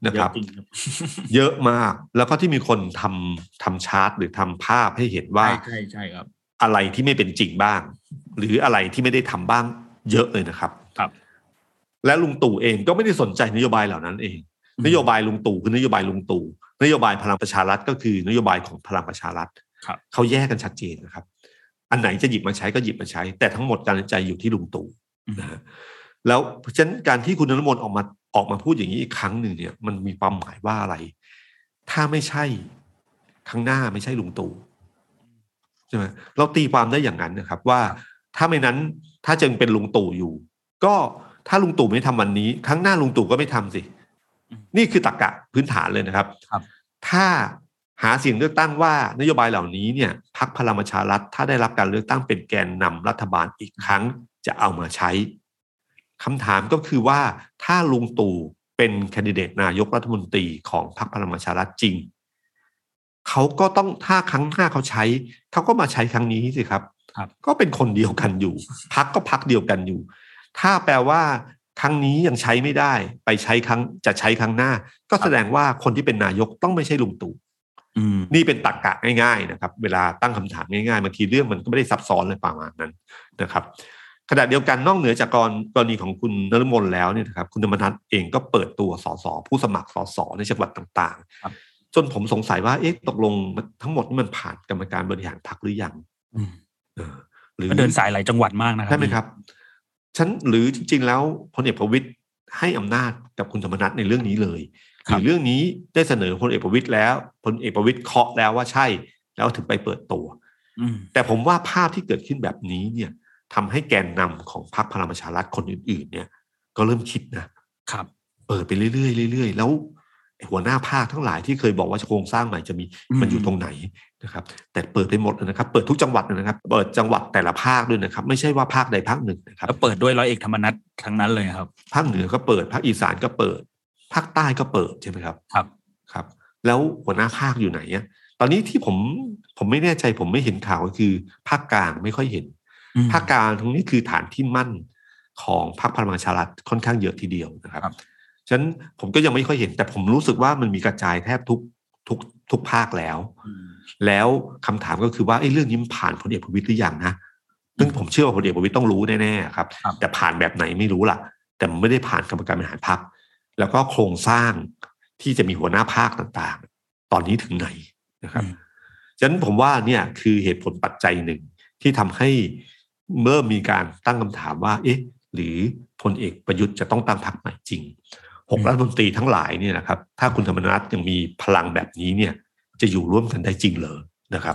นะครับ เยอะมากแล้วก็ที่มีคนทำทำชาร์ตหรือทำภาพให้เห็นว่าใช่ใช่ครับอะไรที่ไม่เป็นจริงบ้างหรืออะไรที่ไม่ได้ทำบ้างเยอะเลยนะครับครับและลุงตู่เองก็ไม่ได้สนใจนโยบายเหล่านั้นเองนโยบายลุงตู่คือนโยบายลุงตู่นโยบายพลังประชารัฐก็คือนโยบายของพลังประชารัฐเขาแยกกันชัดเจนนะครับอันไหนจะหยิบมาใช้ก็หยิบมาใช้แต่ทั้งหมดการตัดสินใจอยู่ที่ลุงตู่นะฮะแล้วเพราะฉะนั้นการที่คุณนฤมลออกมาออกมาพูดอย่างนี้อีกครั้งหนึ่งเนี่ยมันมีความหมายว่าอะไรถ้าไม่ใช่ข้างหน้าไม่ใช่ลุงตู่ใช่ไหมเราตีความได้อย่างนั้นนะครับว่าถ้าไม่นั้นถ้าจึงเป็นลุงตู่อยู่ก็ถ้าลุงตู่ไม่ทำวันนี้ครั้งหน้าลุงตู่ก็ไม่ทำสินี่คือตรรกะพื้นฐานเลยนะครับถ้าหาเสียงเลือกตั้งว่านโยบายเหล่านี้เนี่ยพรรคพลังประชารัฐถ้าได้รับการเลือกตั้งเป็นแกนนำรัฐบาลอีกครั้งจะเอามาใช้คำถามก็คือว่าถ้าลุงตู่เป็นแคนดิเดตนายกรัฐมนตรีของพรรคพลังประชารัฐจริงเขาก็ต้องถ้าครั้งหน้าเขาใช้เขาก็มาใช้ครั้งนี้สิครับก็เป็นคนเดียวกันอยู่พรรคก็พรรคเดียวกันอยู่ถ้าแปลว่าครั้งนี้ยังใช้ไม่ได้ไปใช้ครั้งจะใช้ครั้งหน้าก็แสดงว่าคนที่เป็นนายกต้องไม่ใช่ลุงตู่นี่เป็นตรรกะง่ายๆนะครับเวลาตั้งคำถามง่ายๆบางทีเรื่องมันก็ไม่ได้ซับซ้อนเลยประมาณนั้นนะครับขณะเดียวกันนอกเหนือจากกรณีของคุณนฤมลแล้วเนี่ยนะครับคุณธรรมนัสเองก็เปิดตัวสสผู้สมัครสสในจังหวัดต่างๆจนผมสงสัยว่าเอ๊ะตกลงทั้งหมดนี่มันผ่านกรรมการบริหารพรรคหรือยังหรือเดินสายหลายจังหวัดมากนะครับใช่ไหมครับฉันหรือจริงๆแล้วพลเอกประวิตรให้อำนาจกับคุณธรรมนัสในเรื่องนี้เลยหรือเรื่องนี้ได้เสนอพลเอกประวิตรแล้วพลเอกประวิตรเคาะแล้วว่าใช่แล้วถึงไปเปิดตัวแต่ผมว่าภาพที่เกิดขึ้นแบบนี้เนี่ยทำให้แกนนำของพรรคพลังประชารัฐคนอื่นๆเนี่ยก็เริ่มคิดนะครับเปิดไปเรื่อยๆเรื่อยๆแล้วหัวหน้าภาคทั้งหลายที่เคยบอกว่าโครงสร้างใหม่จะมีมันอยู่ตรงไหนนะครับแต่เปิดไปหมดเลยนะครับเปิดทุกจังหวัดเลยนะครับเปิดจังหวัดแต่ละภาคด้วยนะครับไม่ใช่ว่าภาคใดภาคหนึ่งนะครับแล้วเปิดด้วยร้อยเอกธรรมนัสทั้งนั้นเลยครับภาคเหนือก็เปิดภาคอีสานก็เปิดภาคใต้ก็เปิดใช่ไหมครับครับครับแล้วหัวหน้าภาคอยู่ไหนเนี่ยตอนนี้ที่ผมผมไม่แน่ใจผมไม่เห็นข่าวก็คือภาคกลางไม่ค่อยเห็นภาคกลางตรงนี้คือฐานที่มั่นของพรรคพลังประชารัฐค่อนข้างเยอะทีเดียวนะครับฉะนั้นผมก็ยังไม่ค่อยเห็นแต่ผมรู้สึกว่ามันมีกระจายแทบทุกทุกทุกภาคแล้วแล้วคำถามก็คือว่าไอ้เรื่องนี้มันผ่านพลเอกประวิตรหรือยังนะซึ่งผมเชื่อว่าพลเอกประวิตรต้องรู้แน่ๆครับแต่ผ่านแบบไหนไม่รู้ล่ะแต่มันไม่ได้ผ่านกรรมการบริหารพรรคแล้วก็โครงสร้างที่จะมีหัวหน้าภาคต่างๆตอนนี้ถึงไหนนะครับฉะนั้นผมว่าเนี่ยคือเหตุผลปัจจัยหนึ่งที่ทำให้เมื่อมีการตั้งคำถามว่าเอ๊ะหรือพลเอกประยุทธ์จะต้องตั้งพรรคใหม่จริงหกรัฐมนตรีทั้งหลายเนี่ยนะครับถ้าคุณธรรมนัสยังมีพลังแบบนี้เนี่ยจะอยู่ร่วมกันได้จริงเหรอนะครับ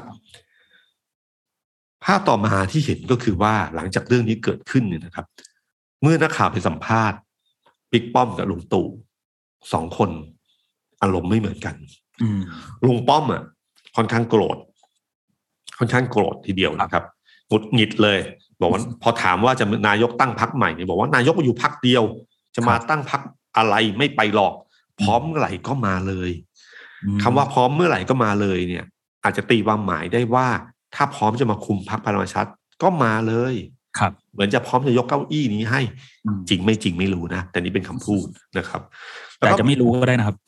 ภาพต่อมาที่เห็นก็คือว่าหลังจากเรื่องนี้เกิดขึ้นเนี่ยนะครับเมื่อนักข่าวไปสัมภาษณ์บิ๊กป้อมกับลุงตู่สองคนอารมณ์ไม่เหมือนกันลุงป้อมอ่ะค่อนข้างโกรธค่อนข้างโกรธทีเดียวนะครับหงุดหงิดเลยบอกว่าพอถามว่าจะนายกตั้งพรรคใหม่เนี่ยบอกว่านายกมาอยู่พรรคเดียวจะมาตั้งพรรคอะไรไม่ไปหรอกพร้อมเมื่อไหร่ก็มาเลยคำว่าพร้อมเมื่อไหร่ก็มาเลยเนี่ยอาจจะตีความหมายได้ว่าถ้าพร้อมจะมาคุมพรรคพลังประชารัฐก็มาเลยครับเหมือนจะพร้อมจะยกเก้าอี้นี้ให้จริงไม่จริงไม่รู้นะแต่นี่เป็นคำพูดนะครับแต่จะไม่รู้ก็ได้นะครับ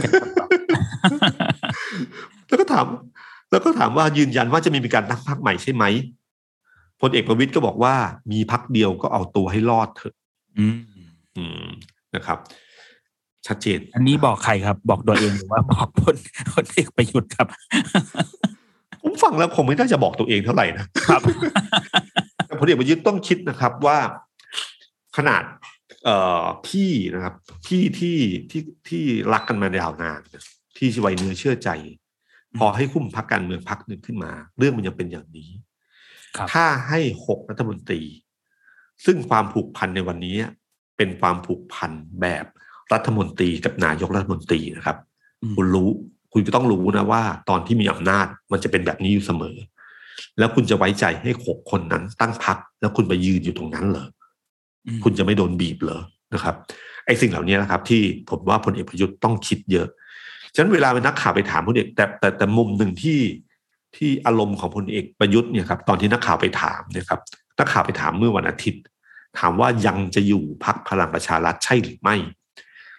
แล้วก็ถามแล้วก็ถามว่ายืนยันว่าจะมีการตั้งพรรคใหม่ใช่ไหมพลเอกประวิตรก็บอกว่ามีพรรคเดียวก็เอาตัวให้รอดเถอะอืมอืมนะครับชัดเจนอันนี้บอกใครครับบอกตัวเองหรือว่าบอกพลพลเอกประยุทธ์ครับผมฟังแล้วผมไม่น่าจะบอกตัวเองเท่าไหร่นะครับแต่พลเอกประยุทธ์ต้องคิดนะครับว่าขนาดเอ่อพี่นะครับพี่ที่ที่ที่รักกันมายาวนานที่ไว้เนื้อเชื่อใจพอให้คุมพรรคการเมืองพรรคหนึ่งขึ้นมาเรื่องมันยังเป็นอย่างนี้ถ้าให้หกรัฐมนตรีซึ่งความผูกพันในวันนี้เป็นความผูกพันแบบรัฐมนตรีกับนายกรัฐมนตรีนะครับคุณรู้คุณก็ต้องรู้นะว่าตอนที่มีอำนาจมันจะเป็นแบบนี้อยู่เสมอแล้วคุณจะไว้ใจให้หกคนนั้นตั้งพรรคแล้วคุณไปยืนอยู่ตรงนั้นเหรอคุณจะไม่โดนบีบเหรอนะครับไอ้สิ่งเหล่านี้นะครับที่ผมว่าพลเอกประยุทธ์ต้องคิดเยอะฉะนั้นเวลาเป็นนักข่าวไปถามพลเอกแต่แต่แต่มุมหนึ่งที่ที่อารมณ์ของพลเอกประยุทธ์เนี่ยครับตอนที่นักข่าวไปถามเนี่ยครับนักข่าวไปถามเมื่อวันอาทิตย์ถามว่ายังจะอยู่พรรคพลังประชารัฐใช่หรือไม่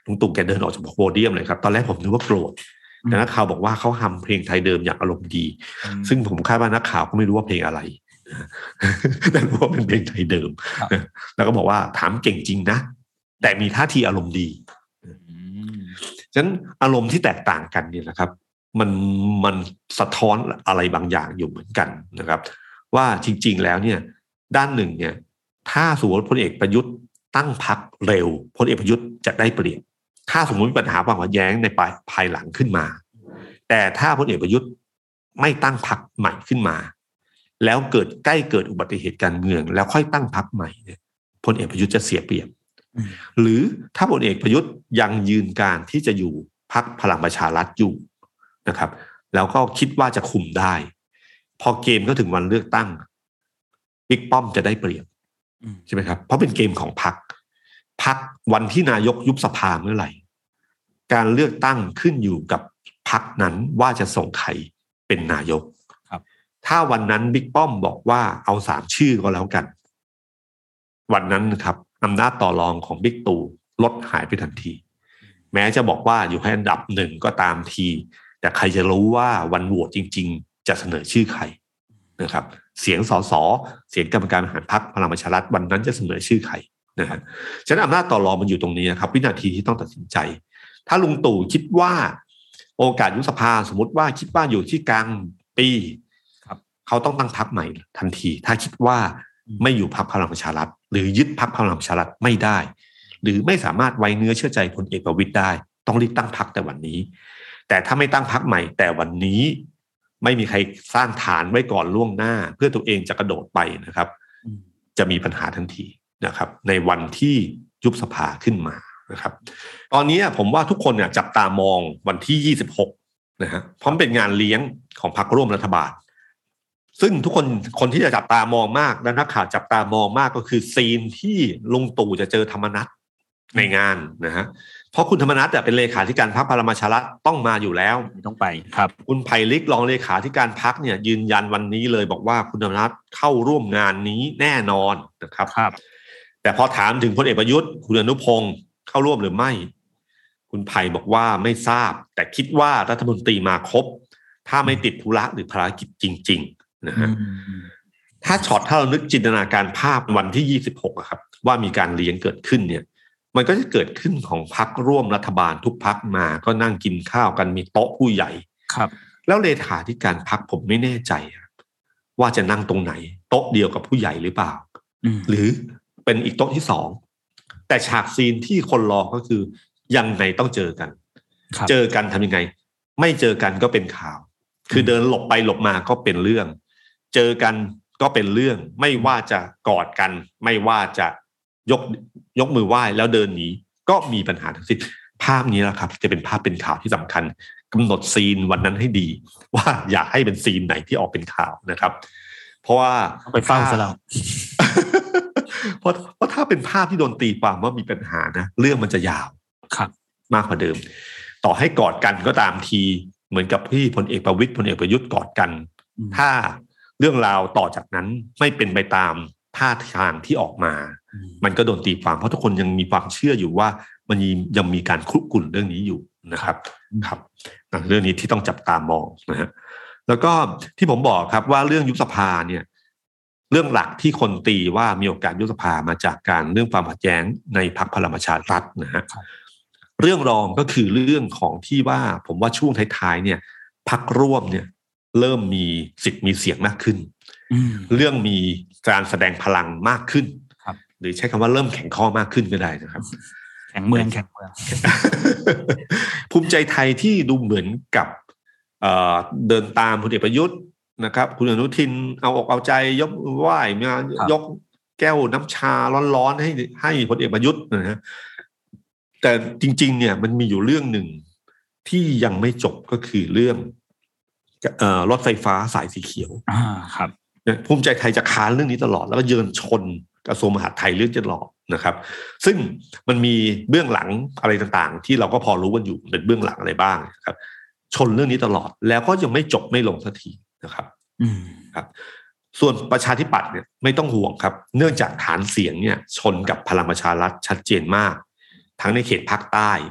ลุงตู่แกเดินออกจากโพเดียมเลยครับตอนแรกผมนึกว่าโกรธแต่นักข่าวบอกว่าเขาทำเพลงไทยเดิมอย่างอารมณ์ดีซึ่งผมคาดว่านักข่าวก็ไม่รู้ว่าเพลงอะไรแต่รู้ว่าเป็นเพลงไทยเดิมแล้วก็บอกว่าถามเก่งจริงนะแต่มีท่าทีอารมณ์ดีฉะนั้นอารมณ์ที่แตกต่างกันเนี่ยนะครับมันมันสะท้อนอะไรบางอย่างอยู่เหมือนกันนะครับว่าจริงๆแล้วเนี่ยด้านหนึ่งเนี่ยถ้าสมมติพลเอกประยุทธ์ตั้งพรรคเร็วพลเอกประยุทธ์จะได้เปรียบถ้าสมมติมีปัญหาความขัดแย้งในปลายภายหลังขึ้นมาแต่ถ้าพลเอกประยุทธ์ไม่ตั้งพรรคใหม่ขึ้นมาแล้วเกิดใกล้เกิดอุบัติเหตุการเมืองแล้วค่อยตั้งพรรคใหม่เนี่ยพลเอกประยุทธ์จะเสียเปรียบหรือถ้าพลเอกประยุทธ์ยังยืนการที่จะอยู่พรรคพลังประชารัฐอยู่นะครับแล้วก็คิดว่าจะคุมได้พอเกมก็ถึงวันเลือกตั้งบิ๊กป้อมจะได้เปรียบใช่ไหมครับเพราะเป็นเกมของพรรคพรรควันที่นายกยุบสภาเมื่อไหร่การเลือกตั้งขึ้นอยู่กับพรรคนั้นว่าจะส่งใครเป็นนายกถ้าวันนั้นบิ๊กป้อมบอกว่าเอาสามชื่อก็แล้วกันวันนั้นนะครับอำนาจต่อรองของบิ๊กตู่ลดหายไปทันทีแม้จะบอกว่าอยู่ให้อันดับหนึ่งก็ตามทีแต่ใครจะรู้ว่าวันโหวตจริงๆจะเสนอชื่อใครนะครับเสียงสสเสียงกรรมการบริหารพรรคพลังประชารัฐวันนั้นจะเสนอชื่อใครนะครับฉะนั้นอำนาจต่อรองมันอยู่ตรงนี้ครับวินาทีที่ต้องตัดสินใจถ้าลุงตู่คิดว่าโอกาสยุบสภาสมมติว่าคิดว่าอยู่ที่กลางปีเขาต้องตั้งพรรคใหม่ทันทีถ้าคิดว่าไม่อยู่พรรคพลังประชารัฐหรือยึดพรรคพลังประชารัฐไม่ได้หรือไม่สามารถไว้เนื้อเชื่อใจพลเอกประวิตรได้ต้องรีบตั้งพรรคแต่วันนี้แต่ถ้าไม่ตั้งพรรคใหม่แต่วันนี้ไม่มีใครสร้างฐานไว้ก่อนล่วงหน้าเพื่อตัวเองจะกระโดดไปนะครับจะมีปัญหาทันทีนะครับในวันที่ยุบสภาขึ้นมานะครับตอนนี้ผมว่าทุกคนเนี่ยจับตามองวันที่ยี่สิบหกนะฮะเพราะเป็นงานเลี้ยงของพรรคร่วมรัฐบาลซึ่งทุกคนคนที่จะจับตามองมากและนักข่าวจับตามองมากก็คือซีนที่ลุงตู่จะเจอธรรมนัสในงานนะฮะเพราะคุณธรรมนัสเป็นเลขาธิการพรรคพลังประชารัฐต้องมาอยู่แล้วต้องไปครับคุณไผ่ลิกรองเลขาธิการพรรคเนี่ยยืนยันวันนี้เลยบอกว่าคุณธรรมนัสเข้าร่วมงานนี้แน่นอนนะครับครับแต่พอถามถึงพลเอกประยุทธ์คุณอนุพงศ์เข้าร่วมหรือไม่คุณไผ่บอกว่าไม่ทราบแต่คิดว่ารัฐมนตรีมาครบถ้าไม่ติดธุระหรือภารกิจจริงๆนะฮะถ้าช็อตถ้าเรานึกจินตนาการภาพวันที่ยี่สิบหกอะครับว่ามีการเลี้ยงเกิดขึ้นเนี่ยมันก็จะเกิดขึ้นของพรรคร่วมรัฐบาลทุกพรรคมาก็นั่งกินข้าวกันมีโต๊ะผู้ใหญ่ครับแล้วเลขาธิการพรรคผมไม่แน่ใจว่าจะนั่งตรงไหนโต๊ะเดียวกับผู้ใหญ่หรือเปล่าหรือเป็นอีกโต๊ะที่สองแต่ฉากซีนที่คนรอก็คือยังไงต้องเจอกันเจอกันทำยังไงไม่เจอกันก็เป็นข่าวคือเดินหลบไปหลบมาก็เป็นเรื่องเจอกันก็เป็นเรื่องไม่ว่าจะกอดกันไม่ว่าจะยกยกมือไหว้แล้วเดินหนีก็มีปัญหาทั้งสิ้นภาพนี้แหละครับจะเป็นภาพเป็นข่าวที่สำคัญกำหนดซีนวันนั้นให้ดีว่าอยากให้เป็นซีนไหนที่ออกเป็นข่าวนะครับเพราะว่าไปเฝ้าซะแล้วเพราะเพราะถ้าเป็นภาพที่โดนตีความว่ามีปัญหานะเรื่องมันจะยาวครับมากกว่าเดิมต่อให้กอดกันก็ตามทีเหมือนกับที่พลเอกประวิตรพลเอกประยุทธ์กอดกันถ้าเรื่องราวต่อจากนั้นไม่เป็นไปตามท่าทางที่ออกมามันก็โดนตีความเพราะทุกคนยังมีความเชื่ออยู่ว่ามันยังมีการคุกรุ่นเรื่องนี้อยู่นะครับครับเรื่องนี้ที่ต้องจับตามองนะฮะแล้วก็ที่ผมบอกครับว่าเรื่องยุบสภาเนี่ยเรื่องหลักที่คนตีว่ามีโอกาสยุบสภามาจากการเรื่องความขัดแย้งในพรรคพลังประชารัฐนะฮะเรื่องรองก็คือเรื่องของที่ว่าผมว่าช่วงท้ายๆเนี่ยพรรคร่วมเนี่ยเริ่มมีสิทธิ์มีเสียงมากขึ้นเรื่องมีการแสดงพลังมากขึ้นหรือใช้คำว่าเริ่มแข็งข้อมากขึ้นก็ได้นะครับแข็งเมืองแข็งเมืองภูมิใจไทยที่ดูเหมือนกับเอ่อเดินตามพลเอกประยุทธ์นะครับคุณอนุทินเอาอกเอาใจยกไหว้มายกแก้วน้ำชาร้อนๆให้ให้พลเอกประยุทธ์นะฮะแต่จริงๆเนี่ยมันมีอยู่เรื่องหนึ่งที่ยังไม่จบก็คือเรื่องเอ่อรถไฟฟ้าสายสีเขียวอ่าครับภูมิใจไทยจะค้านเรื่องนี้ตลอดแล้วก็เยินชนกระทรวงมหาดไทยเรื่องตลอดนะครับซึ่งมันมีเบื้องหลังอะไรต่างๆที่เราก็พอรู้กันอยู่เป็นเบื้องหลังอะไรบ้างครับชนเรื่องนี้ตลอดแล้วก็ยังไม่จบไม่ลงสักทีนะครับครับส่วนประชาธิปัตย์เนี่ยไม่ต้องห่วงครับเนื่องจากฐานเสียงเนี่ยชนกับพลังประชารัฐชัดเจนมากทั้งในเขตภาคใต้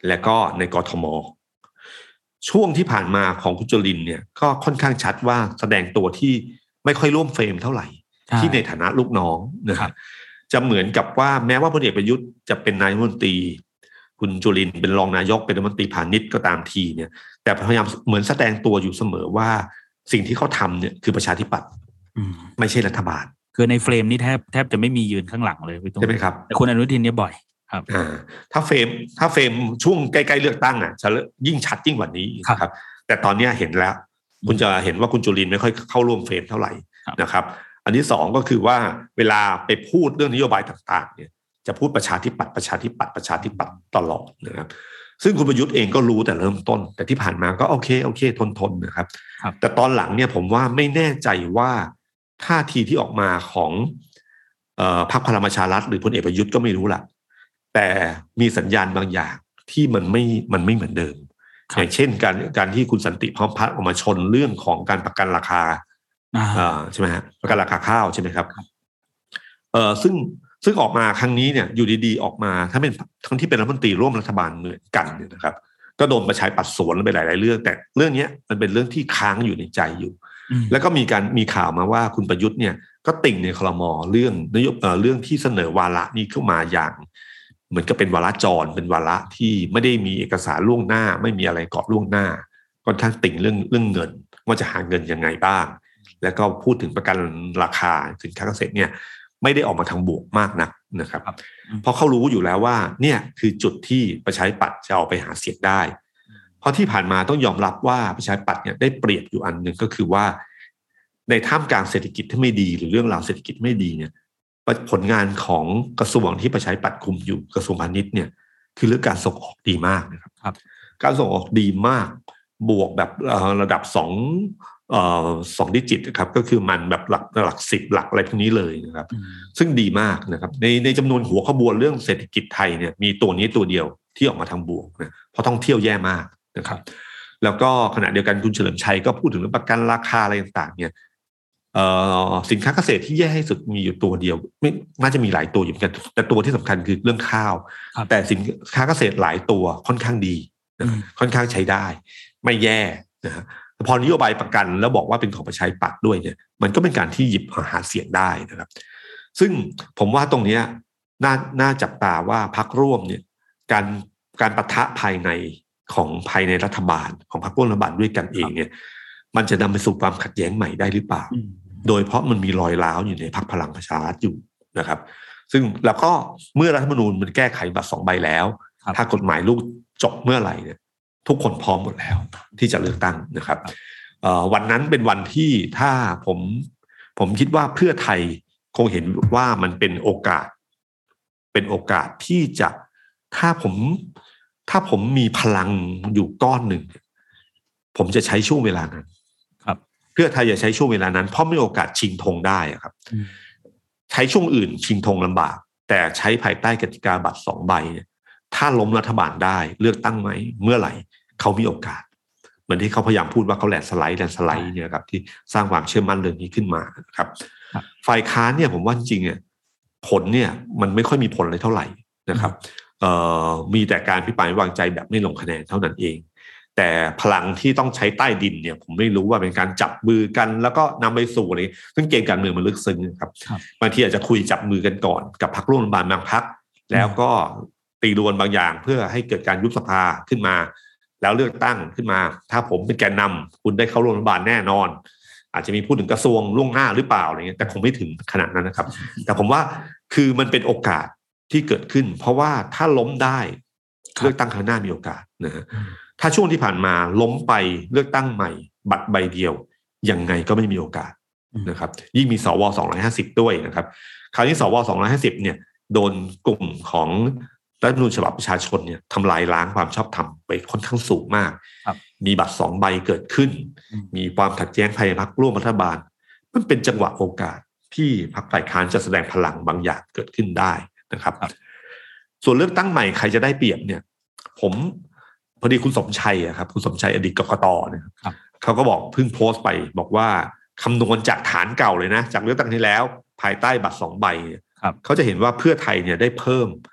และก็ในกทมช่วงที่ผ่านมาของคุณจุลินเนี่ยก็ค่อนข้างชัดว่าแสดงตัวที่ไม่ค่อยร่วมเฟรมเท่าไหร่ที่ในฐานะลูกน้องนะครับจะเหมือนกับว่าแม้ว่าพลเอกประยุทธ์จะเป็นนายกรัฐมนตรีคุณจุลินเป็นรองนายกเป็นรัฐมนตรีพาณิชย์ก็ตามทีเนี่ยแต่พยายามเหมือนแสดงตัวอยู่เสมอว่าสิ่งที่เขาทำเนี่ยคือประชาธิปัตย์ไม่ใช่รัฐบาลคือในเฟรมนี่แทบแทบจะไม่มียืนข้างหลังเลยใช่ไหมครับแต่คุณอนุทินเนี่ยบ่อยครับอ่าถ้าเฟรมถ้าเฟรมช่วงใกล้ๆเลือกตั้งอ่ะจะยิ่งชัดยิ่งกว่านี้ครับแต่ตอนนี้เห็นแล้วคุณจะเห็นว่าคุณจุลินไม่ค่อยเข้าร่วมเฟรมเท่าไหร่นะครับอันที่สองก็คือว่าเวลาไปพูดเรื่องนโยบายต่างๆเนี่ยจะพูดประชาธิปัตย์ประชาธิปัตย์ประชาธิปัตย์ตลอดนะครับซึ่งคุณประยุทธ์เองก็รู้แต่เริ่มต้นแต่ที่ผ่านมาก็โอเคโอเคทนๆนะครับแต่ตอนหลังเนี่ยผมว่าไม่แน่ใจว่าท่าทีที่ออกมาของเอ่อพรรคพลังประชารัฐหรือพลเอกประยุทธ์ก็ไม่รู้ล่ะแต่มีสัญญาณบางอย่างที่มันไม่มันไม่เหมือนเดิมอย่างเช่นการการที่คุณสันติพร้อมพัฒน์ออกมาชนเรื่องของการประกันราคาใช่ไหมฮะประกันราคาข้าวใช่ไหมครับเอ่อซึ่งซึ่งออกมาครั้งนี้เนี่ยอยู่ดีๆออกมาถ้าเป็นทั้งที่เป็นรัฐมนตรีร่วมรัฐบาลเหมือนกันเนี่ยนะครับก็โดนประชาปัดสวนไปหลายๆเรื่องแต่เรื่องนี้มันเป็นเรื่องที่ค้างอยู่ในใจอยู่แล้วก็มีการมีข่าวมาว่าคุณประยุทธ์เนี่ยก็ติ่งในครม.เรื่องนโยบายเรื่องที่เสนอวาระนี้เข้ามาอย่างเหมือนกับเป็นวาระจรเป็นวาระที่ไม่ได้มีเอกสารล่วงหน้าไม่มีอะไรกรอบล่วงหน้าค่อนข้างติ่งเรื่องเรื่องเงินว่าจะหาเงินยังไงบ้างแล้วก็พูดถึงประกันราคาสินค้าเกษตรเนี่ยไม่ได้ออกมาทางบวกมากนักนะครับเพราะเขารู้อยู่แล้วว่าเนี่ยคือจุดที่ประชาธิปัตย์จะเอาไปหาเสียงได้เพราะที่ผ่านมาต้องยอมรับว่าประชาธิปัตย์เนี่ยได้เปรียบอยู่อันหนึ่งก็คือว่าในท่ามกลางเศรษฐกิจที่ไม่ดีหรือเรื่องราวเศรษฐกิจไม่ดีเนี่ยผลงานของกระทรวงที่ประชาธิปัตย์คุมอยู่กระทรวงพาณิชย์เนี่ยคือเรื่องการส่งออกดีมากนะครับการส่งออกดีมากบวกแบบระดับสองเอ่อสองดิจิตครับก็คือมันแบบหลักหลักสิบหลักอะไรพวกนี้เลยนะครับซึ่งดีมากนะครับในในจำนวนหัวขบวนเรื่องเศรษฐกิจไทยเนี่ยมีตัวนี้ตัวเดียวที่ออกมาทางบวกนะเพราะท่องเที่ยวแย่มากนะครับแล้วก็ขณะเดียวกันคุณเฉลิมชัยก็พูดถึงเรื่องประกันราคาอะไรต่างๆเนี่ยเอ่อสินค้าเกษตรที่แย่ที่สุดมีอยู่ตัวเดียวไม่น่าจะมีหลายตัวอยู่เหมือนกันแต่ตัวที่สำคัญคือเรื่องข้าวแต่สินค้าเกษตรหลายตัวค่อนข้างดีนะค่อนข้างใช้ได้ไม่แย่นะฮะพอนโยบายประกันแล้วบอกว่าเป็นของประชาธิปัตย์ด้วยเนี่ยมันก็เป็นการที่หยิบหาเสียงได้นะครับซึ่งผมว่าตรงนี้น่าน่าจับตาว่าพรรคร่วมเนี่ยการการปะทะภายในของภายในรัฐบาลของพรรคร่วมรัฐบาลด้วยกันเองเนี่ยมันจะนำไปสู่ความขัดแย้งใหม่ได้หรือเปล่าโดยเพราะมันมีรอยร้าวอยู่ในพรรคพลังประชารัฐอยู่นะครับซึ่งแล้วก็เมื่อรัฐธรรมนูญมันแก้ไขบัตรสองใบแล้วถ้ากฎหมายลูกจบเมื่อไหร่เนี่ยทุกคนพร้อมหมดแล้วที่จะเลือกตั้งนะครับวันนั้นเป็นวันที่ถ้าผมผมคิดว่าเพื่อไทยคงเห็นว่ามันเป็นโอกาสเป็นโอกาสที่จะถ้าผมถ้าผมมีพลังอยู่ก้อนหนึ่งผมจะใช้ช่วงเวลานั้นครับเพื่อไทยจะใช้ช่วงเวลานั้นเพราะมีโอกาสชิงธงได้ครับใช้ช่วงอื่นชิงธงลำบากแต่ใช้ภายใต้กติกาบัตรสองใบเนี่ยถ้าล้มรัฐบาลได้เลือกตั้งไหมเมื่อไหร่เขามีโอกาสเหมือนที่เขาพยายามพูดว่าเขาแหลนสไลด์แหลนสไลด์เนี่ยครับที่สร้างความเชื่อมั่นเรื่องนี้ขึ้นมาครับฝ่ายค้านเนี่ยผมว่าจริงๆเนี่ยผลเนี่ยมันไม่ค่อยมีผลเลยเท่าไหร่นะครับเอ่อมีแต่การพิพากษาวางใจแบบไม่ลงคะแนนเท่านั้นเองแต่พลังที่ต้องใช้ใต้ดินเนี่ยผมไม่รู้ว่าเป็นการจับมือกันแล้วก็นำไปสู่อะไรซึ่งเกมการเมืองมันลึกซึ้งครับบางทีอาจจะคุยจับมือกันก่อนกับพรรคร่วมรัฐบาลบางพรรคแล้วก็ตีรวนบางอย่างเพื่อให้เกิดการยุบสภาขึ้นมาแล้วเลือกตั้งขึ้นมาถ้าผมเป็นแกนนำคุณได้เข้าร่วมรัฐบาลแน่นอนอาจจะมีพูดถึงกระทรวงล่วงหน้าหรือเปล่าอะไรเงี้ยแต่คงไม่ถึงขนาดนั้นนะครับแต่ผมว่าคือมันเป็นโอกาสที่เกิดขึ้นเพราะว่าถ้าล้มได้เลือกตั้งครั้งหน้ามีโอกาสนะฮะถ้าช่วงที่ผ่านมาล้มไปเลือกตั้งใหม่บัตรใบเดียวยังไงก็ไม่มีโอกาสนะครับยิ่งมีสวสองร้อยห้าสิบด้วยนะครับคราวนี้สวสองร้อยห้าสิบเนี่ยโดนกลุ่มของรัฐธรรมนูญฉบับประชาชนเนี่ยทำลายล้างความชอบธรรมไปค่อนข้างสูงมากมีบัตรสองใบเกิดขึ้นมีความขัดแย้งภายในพรรคร่วมรัฐบาลมันเป็นจังหวะโอกาสที่พรรคฝ่ายค้านจะแสดงพลังบางอย่างเกิดขึ้นได้นะครับส่วนเลือกตั้งใหม่ใครจะได้เปรียบเนี่ยผมพอดีคุณสมชัยอะครับคุณสมชัยอดีตกกต.เนี่ยเขาก็บอกเพิ่งโพสต์ไปบอกว่าคำนวณจากฐานเก่าเลยนะจากเลือกตั้งที่แล้วภายใต้บัตรสองใบเนี่ยเขาจะเห็นว่าเพื่อไทยเนี่ยได้เพิ่ม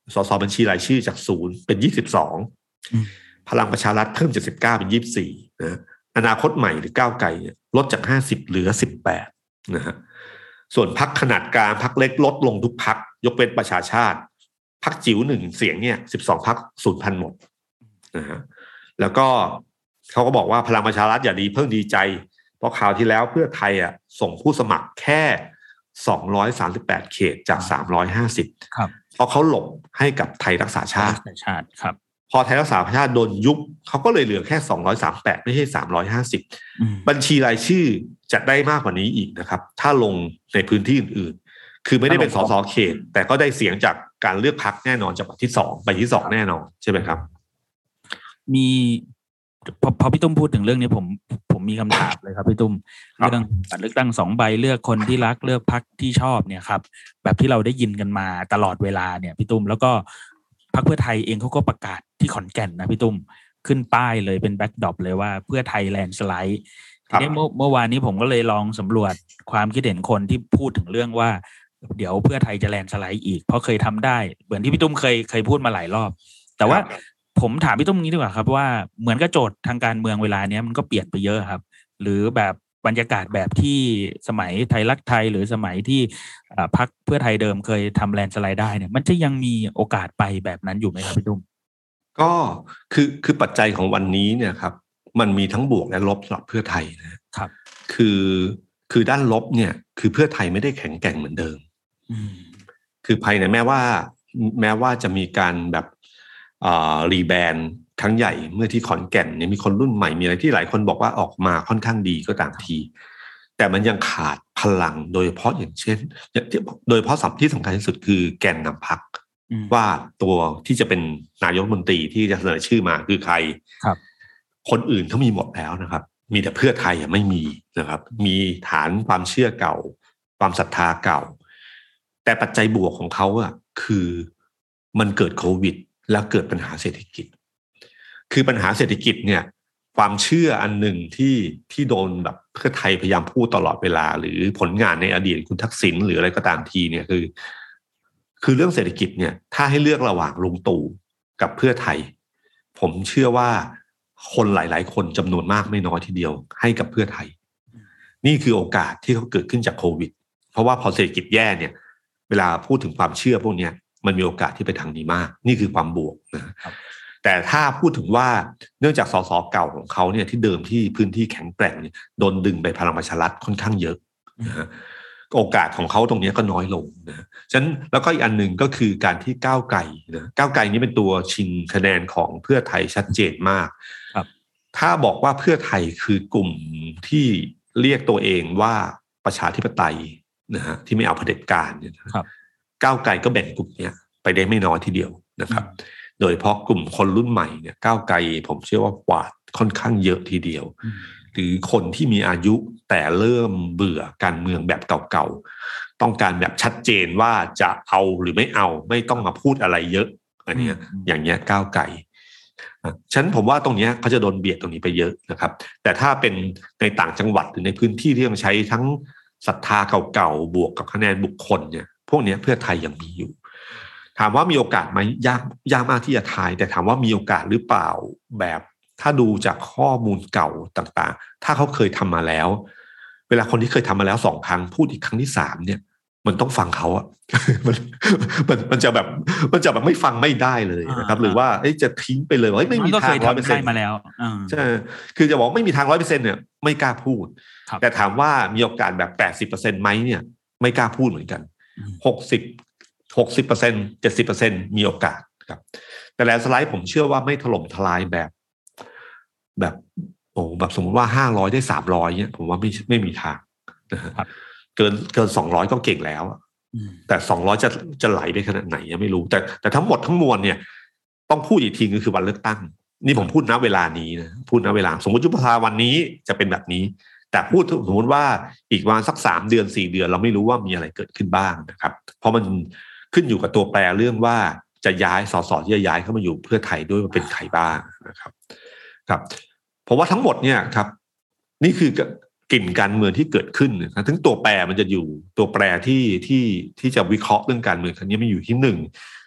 สสบัญชีรายชื่อจากศูนย์เป็นยี่สิบสองพลังประชารัฐเพิ่มจากสิบเก้าเป็นยี่สิบสี่นะอนาคตใหม่หรือก้าวไกลเนี่ยลดจากห้าสิบเหลือสิบแปดนะฮะส่วนพรรคขนาดกลางพรรคเล็กลดลงทุกพรรคยกเว้นประชาชาติพรรคจิ๋วหนึ่งเสียงเนี่ยสิบสองพรรคสูญพันธุ์หมดนะฮะแล้วก็เขาก็บอกว่าพลังประชารัฐอย่าดีเพิ่งดีใจเพราะคราวที่แล้วเพื่อไทยอ่ะส่งผู้สมัครแค่สองร้อยสามสิบแปดเขตจากสามร้อยห้าสิบครับเพราะเขาหลบให้กับไทยรักษาชาติชาติครับพอไทยรักษาชาติโดนยุบเขาก็เลยเหลือแค่สองร้อยสามสิบแปดไม่ใช่สามร้อยห้าสิบบัญชีรายชื่อจะได้มากกว่านี้อีกนะครับถ้าลงในพื้นที่อื่นๆคือไม่ได้เป็นสสเขตแต่ก็ได้เสียงจากการเลือกพรรคแน่นอนจากที่สองไปที่สองแน่นอนใช่ไหมครับมีพอพอพี่ตุ้มพูดถึงเรื่องนี้ผมผมมีคำถามเลยครับพี่ตุ้มเรื่องการเลือกตั้งสองใบเลือกคนที่รักเลือกพรรคที่ชอบเนี่ยครับแบบที่เราได้ยินกันมาตลอดเวลาเนี่ยพี่ตุ้มแล้วก็พรรคเพื่อไทยเองเขาก็ประกาศที่ขอนแก่นนะพี่ตุ้มขึ้นป้ายเลยเป็นแบ็คดรอปเลยว่าเพื่อไทยแลนด์สไลด์ทีนี้เมื่อเมื่อวานนี้ผมก็เลยลองสำรวจความคิดเห็นคนที่พูดถึงเรื่องว่าเดี๋ยวเพื่อไทยจะแลนด์สไลด์อีกเพราะเคยทำได้เหมือนที่พี่ตุ้มเคยเคยพูดมาหลายรอบแต่ว่าผมถามพี่ตุ้มงี้ดีกว่าครับว่าเหมือนกับโจทย์ทางการเมืองเวลาเนี้ยมันก็เปลี่ยนไปเยอะครับหรือแบบบรรยากาศแบบที่สมัยไทยรักไทยหรือสมัยที่พรรคเพื่อไทยเดิมเคยทำแลนด์สไลด์ได้เนี่ยมันจะยังมีโอกาสไปแบบนั้นอยู่ไหมครับพี่ตุ้มก็คือคือปัจจัยของวันนี้เนี่ยครับมันมีทั้งบวกและลบสำหรับเพื่อไทยนะครับคือคือด้านลบเนี่ยคือเพื่อไทยไม่ได้แข็งแกร่งเหมือนเดิมคือภายในแม้ว่าแม้ว่าจะมีการแบบรีแบรนด์ครั้งใหญ่เมื่อที่ขอนแก่นเนี่ยมีคนรุ่นใหม่มีอะไรที่หลายคนบอกว่าออกมาค่อนข้างดีก็ตามทีแต่มันยังขาดพลังโดยเฉพาะอย่างเช่นโดยเฉพาะสำคัญที่สำคัญที่สุดคือแกนนำพรรคว่าตัวที่จะเป็นนายกรัฐมนตรีที่จะเสนอชื่อมาคือใครครับคนอื่นเขามีหมดแล้วนะครับมีแต่เพื่อไทยไม่มีนะครับมีฐานความเชื่อเก่าความศรัทธาเก่าแต่ปัจจัยบวกของเขาอ่ะคือมันเกิดโควิดแล้วเกิดปัญหาเศรษฐกิจคือปัญหาเศรษฐกิจเนี่ยความเชื่ออันหนึ่งที่ที่โดนแบบเพื่อไทยพยายามพูดตลอดเวลาหรือผลงานในอดีตคุณทักษิณหรืออะไรก็ตามทีเนี่ยคือคือเรื่องเศรษฐกิจเนี่ยถ้าให้เลือกระหว่างลุงตู่กับเพื่อไทยผมเชื่อว่าคนหลายๆคนจำนวนมากไม่น้อยทีเดียวให้กับเพื่อไทยนี่คือโอกาสที่เขาเกิดขึ้นจากโควิดเพราะว่าพอเศรษฐกิจแย่เนี่ยเวลาพูดถึงความเชื่อพวกนี้มันมีโอกาสที่ไปทางนี้มากนี่คือความบวกนะแต่ถ้าพูดถึงว่าเนื่องจากสสเก่าของเขาเนี่ยที่เดิมที่พื้นที่แข็งแกร่งเนี่ยโดนดึงไปพลังประชารัฐค่อนข้างเยอะนะโอกาสของเขาตรงนี้ก็น้อยลงนะฉะนั้นแล้วก็อีกอันหนึ่งก็คือการที่ก้าวไกลนะก้าวไกลนี้เป็นตัวชิงคะแนนของเพื่อไทยชัดเจนมากครับถ้าบอกว่าเพื่อไทยคือกลุ่มที่เรียกตัวเองว่าประชาธิปไตยนะฮะที่ไม่เอาเผด็จการเนี่ยครับก้าวไกลก็แบ่งกลุ่มนี้ไปได้ไม่น้อยทีเดียวนะครับโดยเฉพาะกลุ่มคนรุ่นใหม่เนี่ยก้าวไกลผมเชื่อว่ากวาดค่อนข้างเยอะทีเดียวหรือคนที่มีอายุแต่เริ่มเบื่อการเมืองแบบเก่าๆต้องการแบบชัดเจนว่าจะเอาหรือไม่เอาไม่ต้องมาพูดอะไรเยอะอันนี้อย่างเงี้ยก้าวไกลฉะนั้นผมว่าตรงนี้เขาจะโดนเบียดตรงนี้ไปเยอะนะครับแต่ถ้าเป็นในต่างจังหวัดหรือในพื้นที่ที่ยังใช้ทั้งศรัทธาเก่าๆบวกกับคะแนนบุคคลเนี่ยพวกนี้เพื่อไทยยังมีอยู่ถามว่ามีโอกาสไหมยากยากมากที่จะทายแต่ถามว่ามีโอกาสหรือเปล่าแบบถ้าดูจากข้อมูลเก่าต่างๆถ้าเขาเคยทำมาแล้วเวลาคนที่เคยทำมาแล้วสองครั้งพูดอีกครั้งที่สามเนี่ยมันต้องฟังเขาอะ มันมันมันจะแบบมันจะแบบไม่ฟังไม่ได้เลยนะครับหรือว่าจะทิ้งไปเลยว่าไม่มีทางร้อยเปอร์เซ็นต์มาแล้วใช่คือจะบอกไม่มีทางร้อยเปอร์เซ็นต์เนี่ยไม่กล้าพูดแต่ถามว่ามีโอกาสแบบแปดสิบเปอร์เซ็นต์ไหมเนี่ยไม่กล้าพูดเหมือนกันหกสิบหกสิบเปอร์เซ็นต์เจ็ดสิบเปอร์เซ็นต์มีโอกาสครับแต่แลนด์สไลด์ผมเชื่อว่าไม่ถล่มทลายแบบแบบโอ้แบบสมมติว่าห้าร้อยได้สามร้อยเนี่ยผมว่าไม่ไม่มีทางนะครับเกินเกินสองร้อยก็เก่งแล้วแต่สองร้อยจะจะไหลไปขนาดไหนยังไม่รู้แต่แต่ทั้งหมดทั้งมวลเนี่ยต้องพูดอีกทีก็คือวันเลือกตั้งนี่ผมพูดณเวลานี้นะพูดณเวลาสมมติยุบสภาวันนี้จะเป็นแบบนี้แต่พูดสมมติว่าอีกวันสักสามเดือนสี่เดือนเราไม่รู้ว่ามีอะไรเกิดขึ้นบ้างนะครับเพราะมันขึ้นอยู่กับตัวแปรเรื่องว่าจะย้ายสสที่จะย้ายเข้ามาอยู่เพื่อไทยด้วยว่าเป็นใครบ้างนะครับครับเพราะว่าทั้งหมดเนี่ยครับนี่คือกลิ่นการเมืองที่เกิดขึ้นนะทั้งตัวแปรมันจะอยู่ตัวแปรที่ที่ที่จะวิเคราะห์เรื่องการเมืองครั้งนี้ไม่อยู่ที่หนึ่ง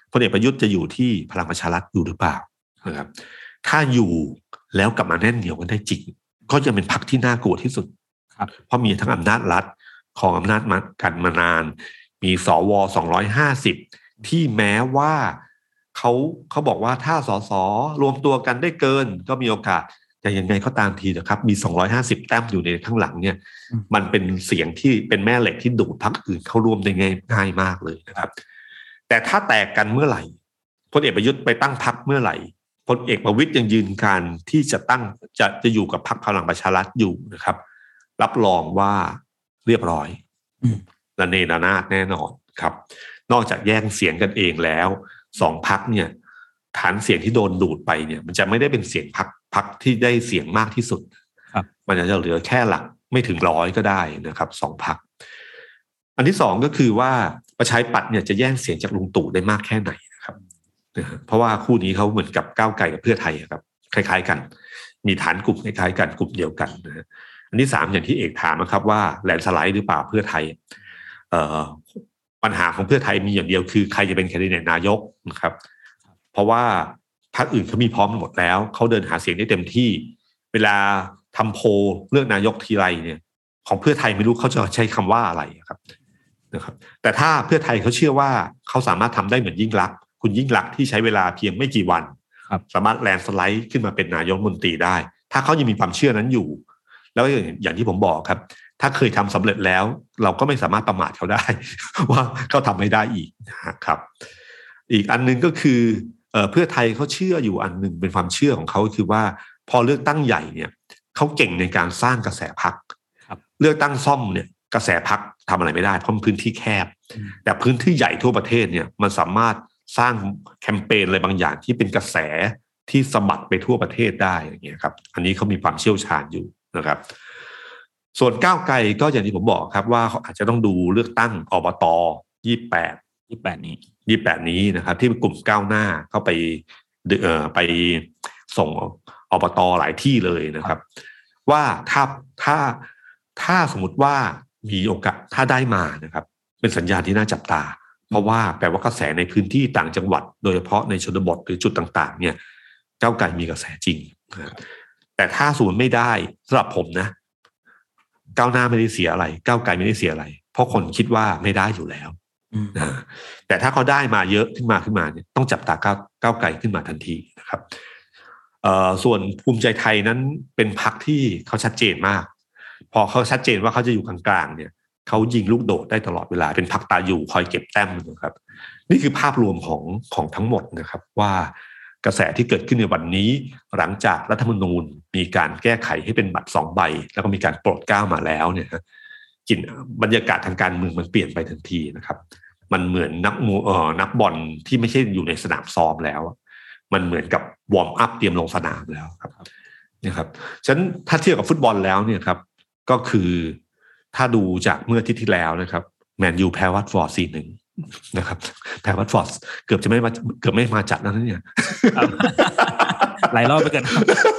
พลเอกประยุทธ์จะอยู่ที่พลังประชารัฐอยู่หรือเปล่านะครับถ้าอยู่แล้วกลับมาแน่นเหนียวกันได้จริงก็จะเป็นพรรคที่น่ากลัวที่สุดเพราะมีทั้งอำนาจรัฐของอำนาจกันมานานมีสวสองร้อยห้าสิบที่แม้ว่าเขาเขาบอกว่าถ้าสสรวมตัวกันได้เกินก็มีโอกาสแต่ยังไงก็ตามทีนะครับมีสองร้อยห้าสิบแต้มอยู่ในข้างหลังเนี่ยมันเป็นเสียงที่เป็นแม่เหล็กที่ดูดพรรคอื่นเข้าร่วมได้ง่ายมากเลยนะครับแต่ถ้าแตกกันเมื่อไหร่พลเอกประยุทธ์ไปตั้งพรรคเมื่อไหร่พลเอกประวิตรยังยืนการที่จะตั้งจะจะอยู่กับพรรคพลังประชารัฐอยู่นะครับรับรองว่าเรียบร้อยระเนระนาดแน่นอนครับนอกจากแย่งเสียงกันเองแล้วสองพรรคเนี่ยฐานเสียงที่โดนดูดไปเนี่ยมันจะไม่ได้เป็นเสียงพรรคพรรคที่ได้เสียงมากที่สุดมันจะเหลือแค่หลักไม่ถึงร้อยก็ได้นะครับสองพรรคอันที่สองก็คือว่าประชาธิปัตย์เนี่ยจะแย่งเสียงจากลุงตู่ได้มากแค่ไหนนะครับเพราะว่าคู่นี้เขาเหมือนกับก้าวไกลกับเพื่อไทยครับคล้ายๆกันมีฐานกลุ่มคล้ายๆกันกลุ่มเดียวกันนะอันที่สามอย่างที่เอกถามนะครับว่าแลนด์สไลด์หรือเปล่าเพื่อไทยเอ่อปัญหาของเพื่อไทยมีอย่างเดียวคือใครจะเป็นแคนดิเดตนายกนะครับเพราะว่าพรรคอื่นเขามีพร้อมหมดแล้วเขาเดินหาเสียงได้เต็มที่เวลาทำโพลเลือกนายกทีไรเนี่ยของเพื่อไทยไม่รู้เขาจะใช้คำว่าอะไรครับนะครับแต่ถ้าเพื่อไทยเขาเชื่อว่าเขาสามารถทำได้เหมือนยิ่งลักษณ์คุณยิ่งลักษณ์ที่ใช้เวลาเพียงไม่กี่วันสามารถแลนด์สไลด์ขึ้นมาเป็นนายกรัฐมนตรีได้ถ้าเขายังมีความเชื่อนั้นอยู่แล้วอย่างที่ผมบอกครับถ้าเคยทำสำเร็จแล้วเราก็ไม่สามารถประมาทเขาได้ ว่าเขาทำไม่ได้อีกนะครับอีกอันนึงก็คือเอ่อเพื่อไทยเขาเชื่ออยู่อันนึงเป็นความเชื่อของเขาคือว่าพอเลือกตั้งใหญ่เนี่ยเขาเก่งในการสร้างกระแสพรรคเลือกตั้งซ่อมเนี่ยกระแสพรรคทำอะไรไม่ได้เพราะพื้นที่แคบแต่พื้นที่ใหญ่ทั่วประเทศเนี่ยมันสามารถสร้างแคมเปญอะไรบางอย่างที่เป็นกระแสที่สะบัดไปทั่วประเทศได้อย่างเงี้ยครับอันนี้เขามีความเชี่ยวชาญอยู่นะครับส่วนก้าวไกลก็อย่างที่ผมบอกครับว่าเขาอาจจะต้องดูเลือกตั้งอบตยี่สิบแปดยี่สิบแปดนี้ยี่สิบแปดนี้นะครับที่กลุ่มก้าวหน้าเข้าไปเอ่อไปส่งอบตหลายที่เลยนะครับว่าถ้าถ้าถ้าสมมติว่ามีโอกาสถ้าได้มานะครับเป็นสัญญาณที่น่าจับตาเพราะว่าแปลว่ากระแสในพื้นที่ต่างจังหวัดโดยเฉพาะในชนบทหรือจุดต่างๆเนี่ยก้าวไกลมีกระแสจริงนะแต่ถ้าสมมติไม่ได้สำหรับผมนะก้าวหน้าไม่ได้เสียอะไรก้าวไกลไม่ได้เสียอะไรเพราะคนคิดว่าไม่ได้อยู่แล้วนะแต่ถ้าเขาได้มาเยอะขึ้นมาขึ้นมาเนี่ยต้องจับตาก้าวก้าวไกลขึ้นมาทันทีนะครับเอ่อส่วนภูมิใจไทยนั้นเป็นพรรคที่เขาชัดเจนมากพอเขาชัดเจนว่าเขาจะอยู่กลางๆเนี่ยเขายิงลูกโดดได้ตลอดเวลาเป็นพรรคตาอยู่คอยเก็บแต้มนะครับนี่คือภาพรวมของของทั้งหมดนะครับว่ากระแสที่เกิดขึ้นในวันนี้หลังจากรัฐธรรมนูญมีการแก้ไขให้เป็นบัตรสองใบแล้วก็มีการโปรดเกล้ามาแล้วเนี่ยกินบรรยากาศทางการเมืองมันเปลี่ยนไปทันทีนะครับมันเหมือนนักมูเอ่อนักบอลที่ไม่ใช่อยู่ในสนามซ้อมแล้วมันเหมือนกับวอร์มอัพเตรียมลงสนามแล้วครับนะครับฉะนั้นถ้าเทียบกับฟุตบอลแล้วเนี่ยครับก็คือถ้าดูจากเมื่ออาทิตย์ที่แล้วนะครับแมนยูแพ้วัตฟอร์ด สี่หนึ่ง นะครับแพ้วัตฟอร์ดเกือบจะไม่มาเกือบไม่มาจัดแล้วนั่นเนี่ยหลายรอบไปกัน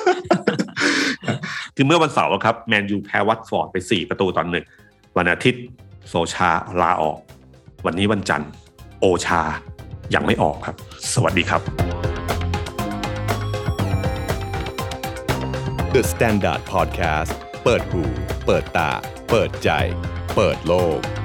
คือเมื่อวันเสาร์ครับแมนยูแพ้วัตฟอร์ดไปสี่ประตูต่อหนึ่งวันอาทิตย์โซชาลาออกวันนี้วันจันทร์โอชายังไม่ออกครับสวัสดีครับ The Standard Podcast เปิดหูเปิดตาเปิดใจเปิดโลก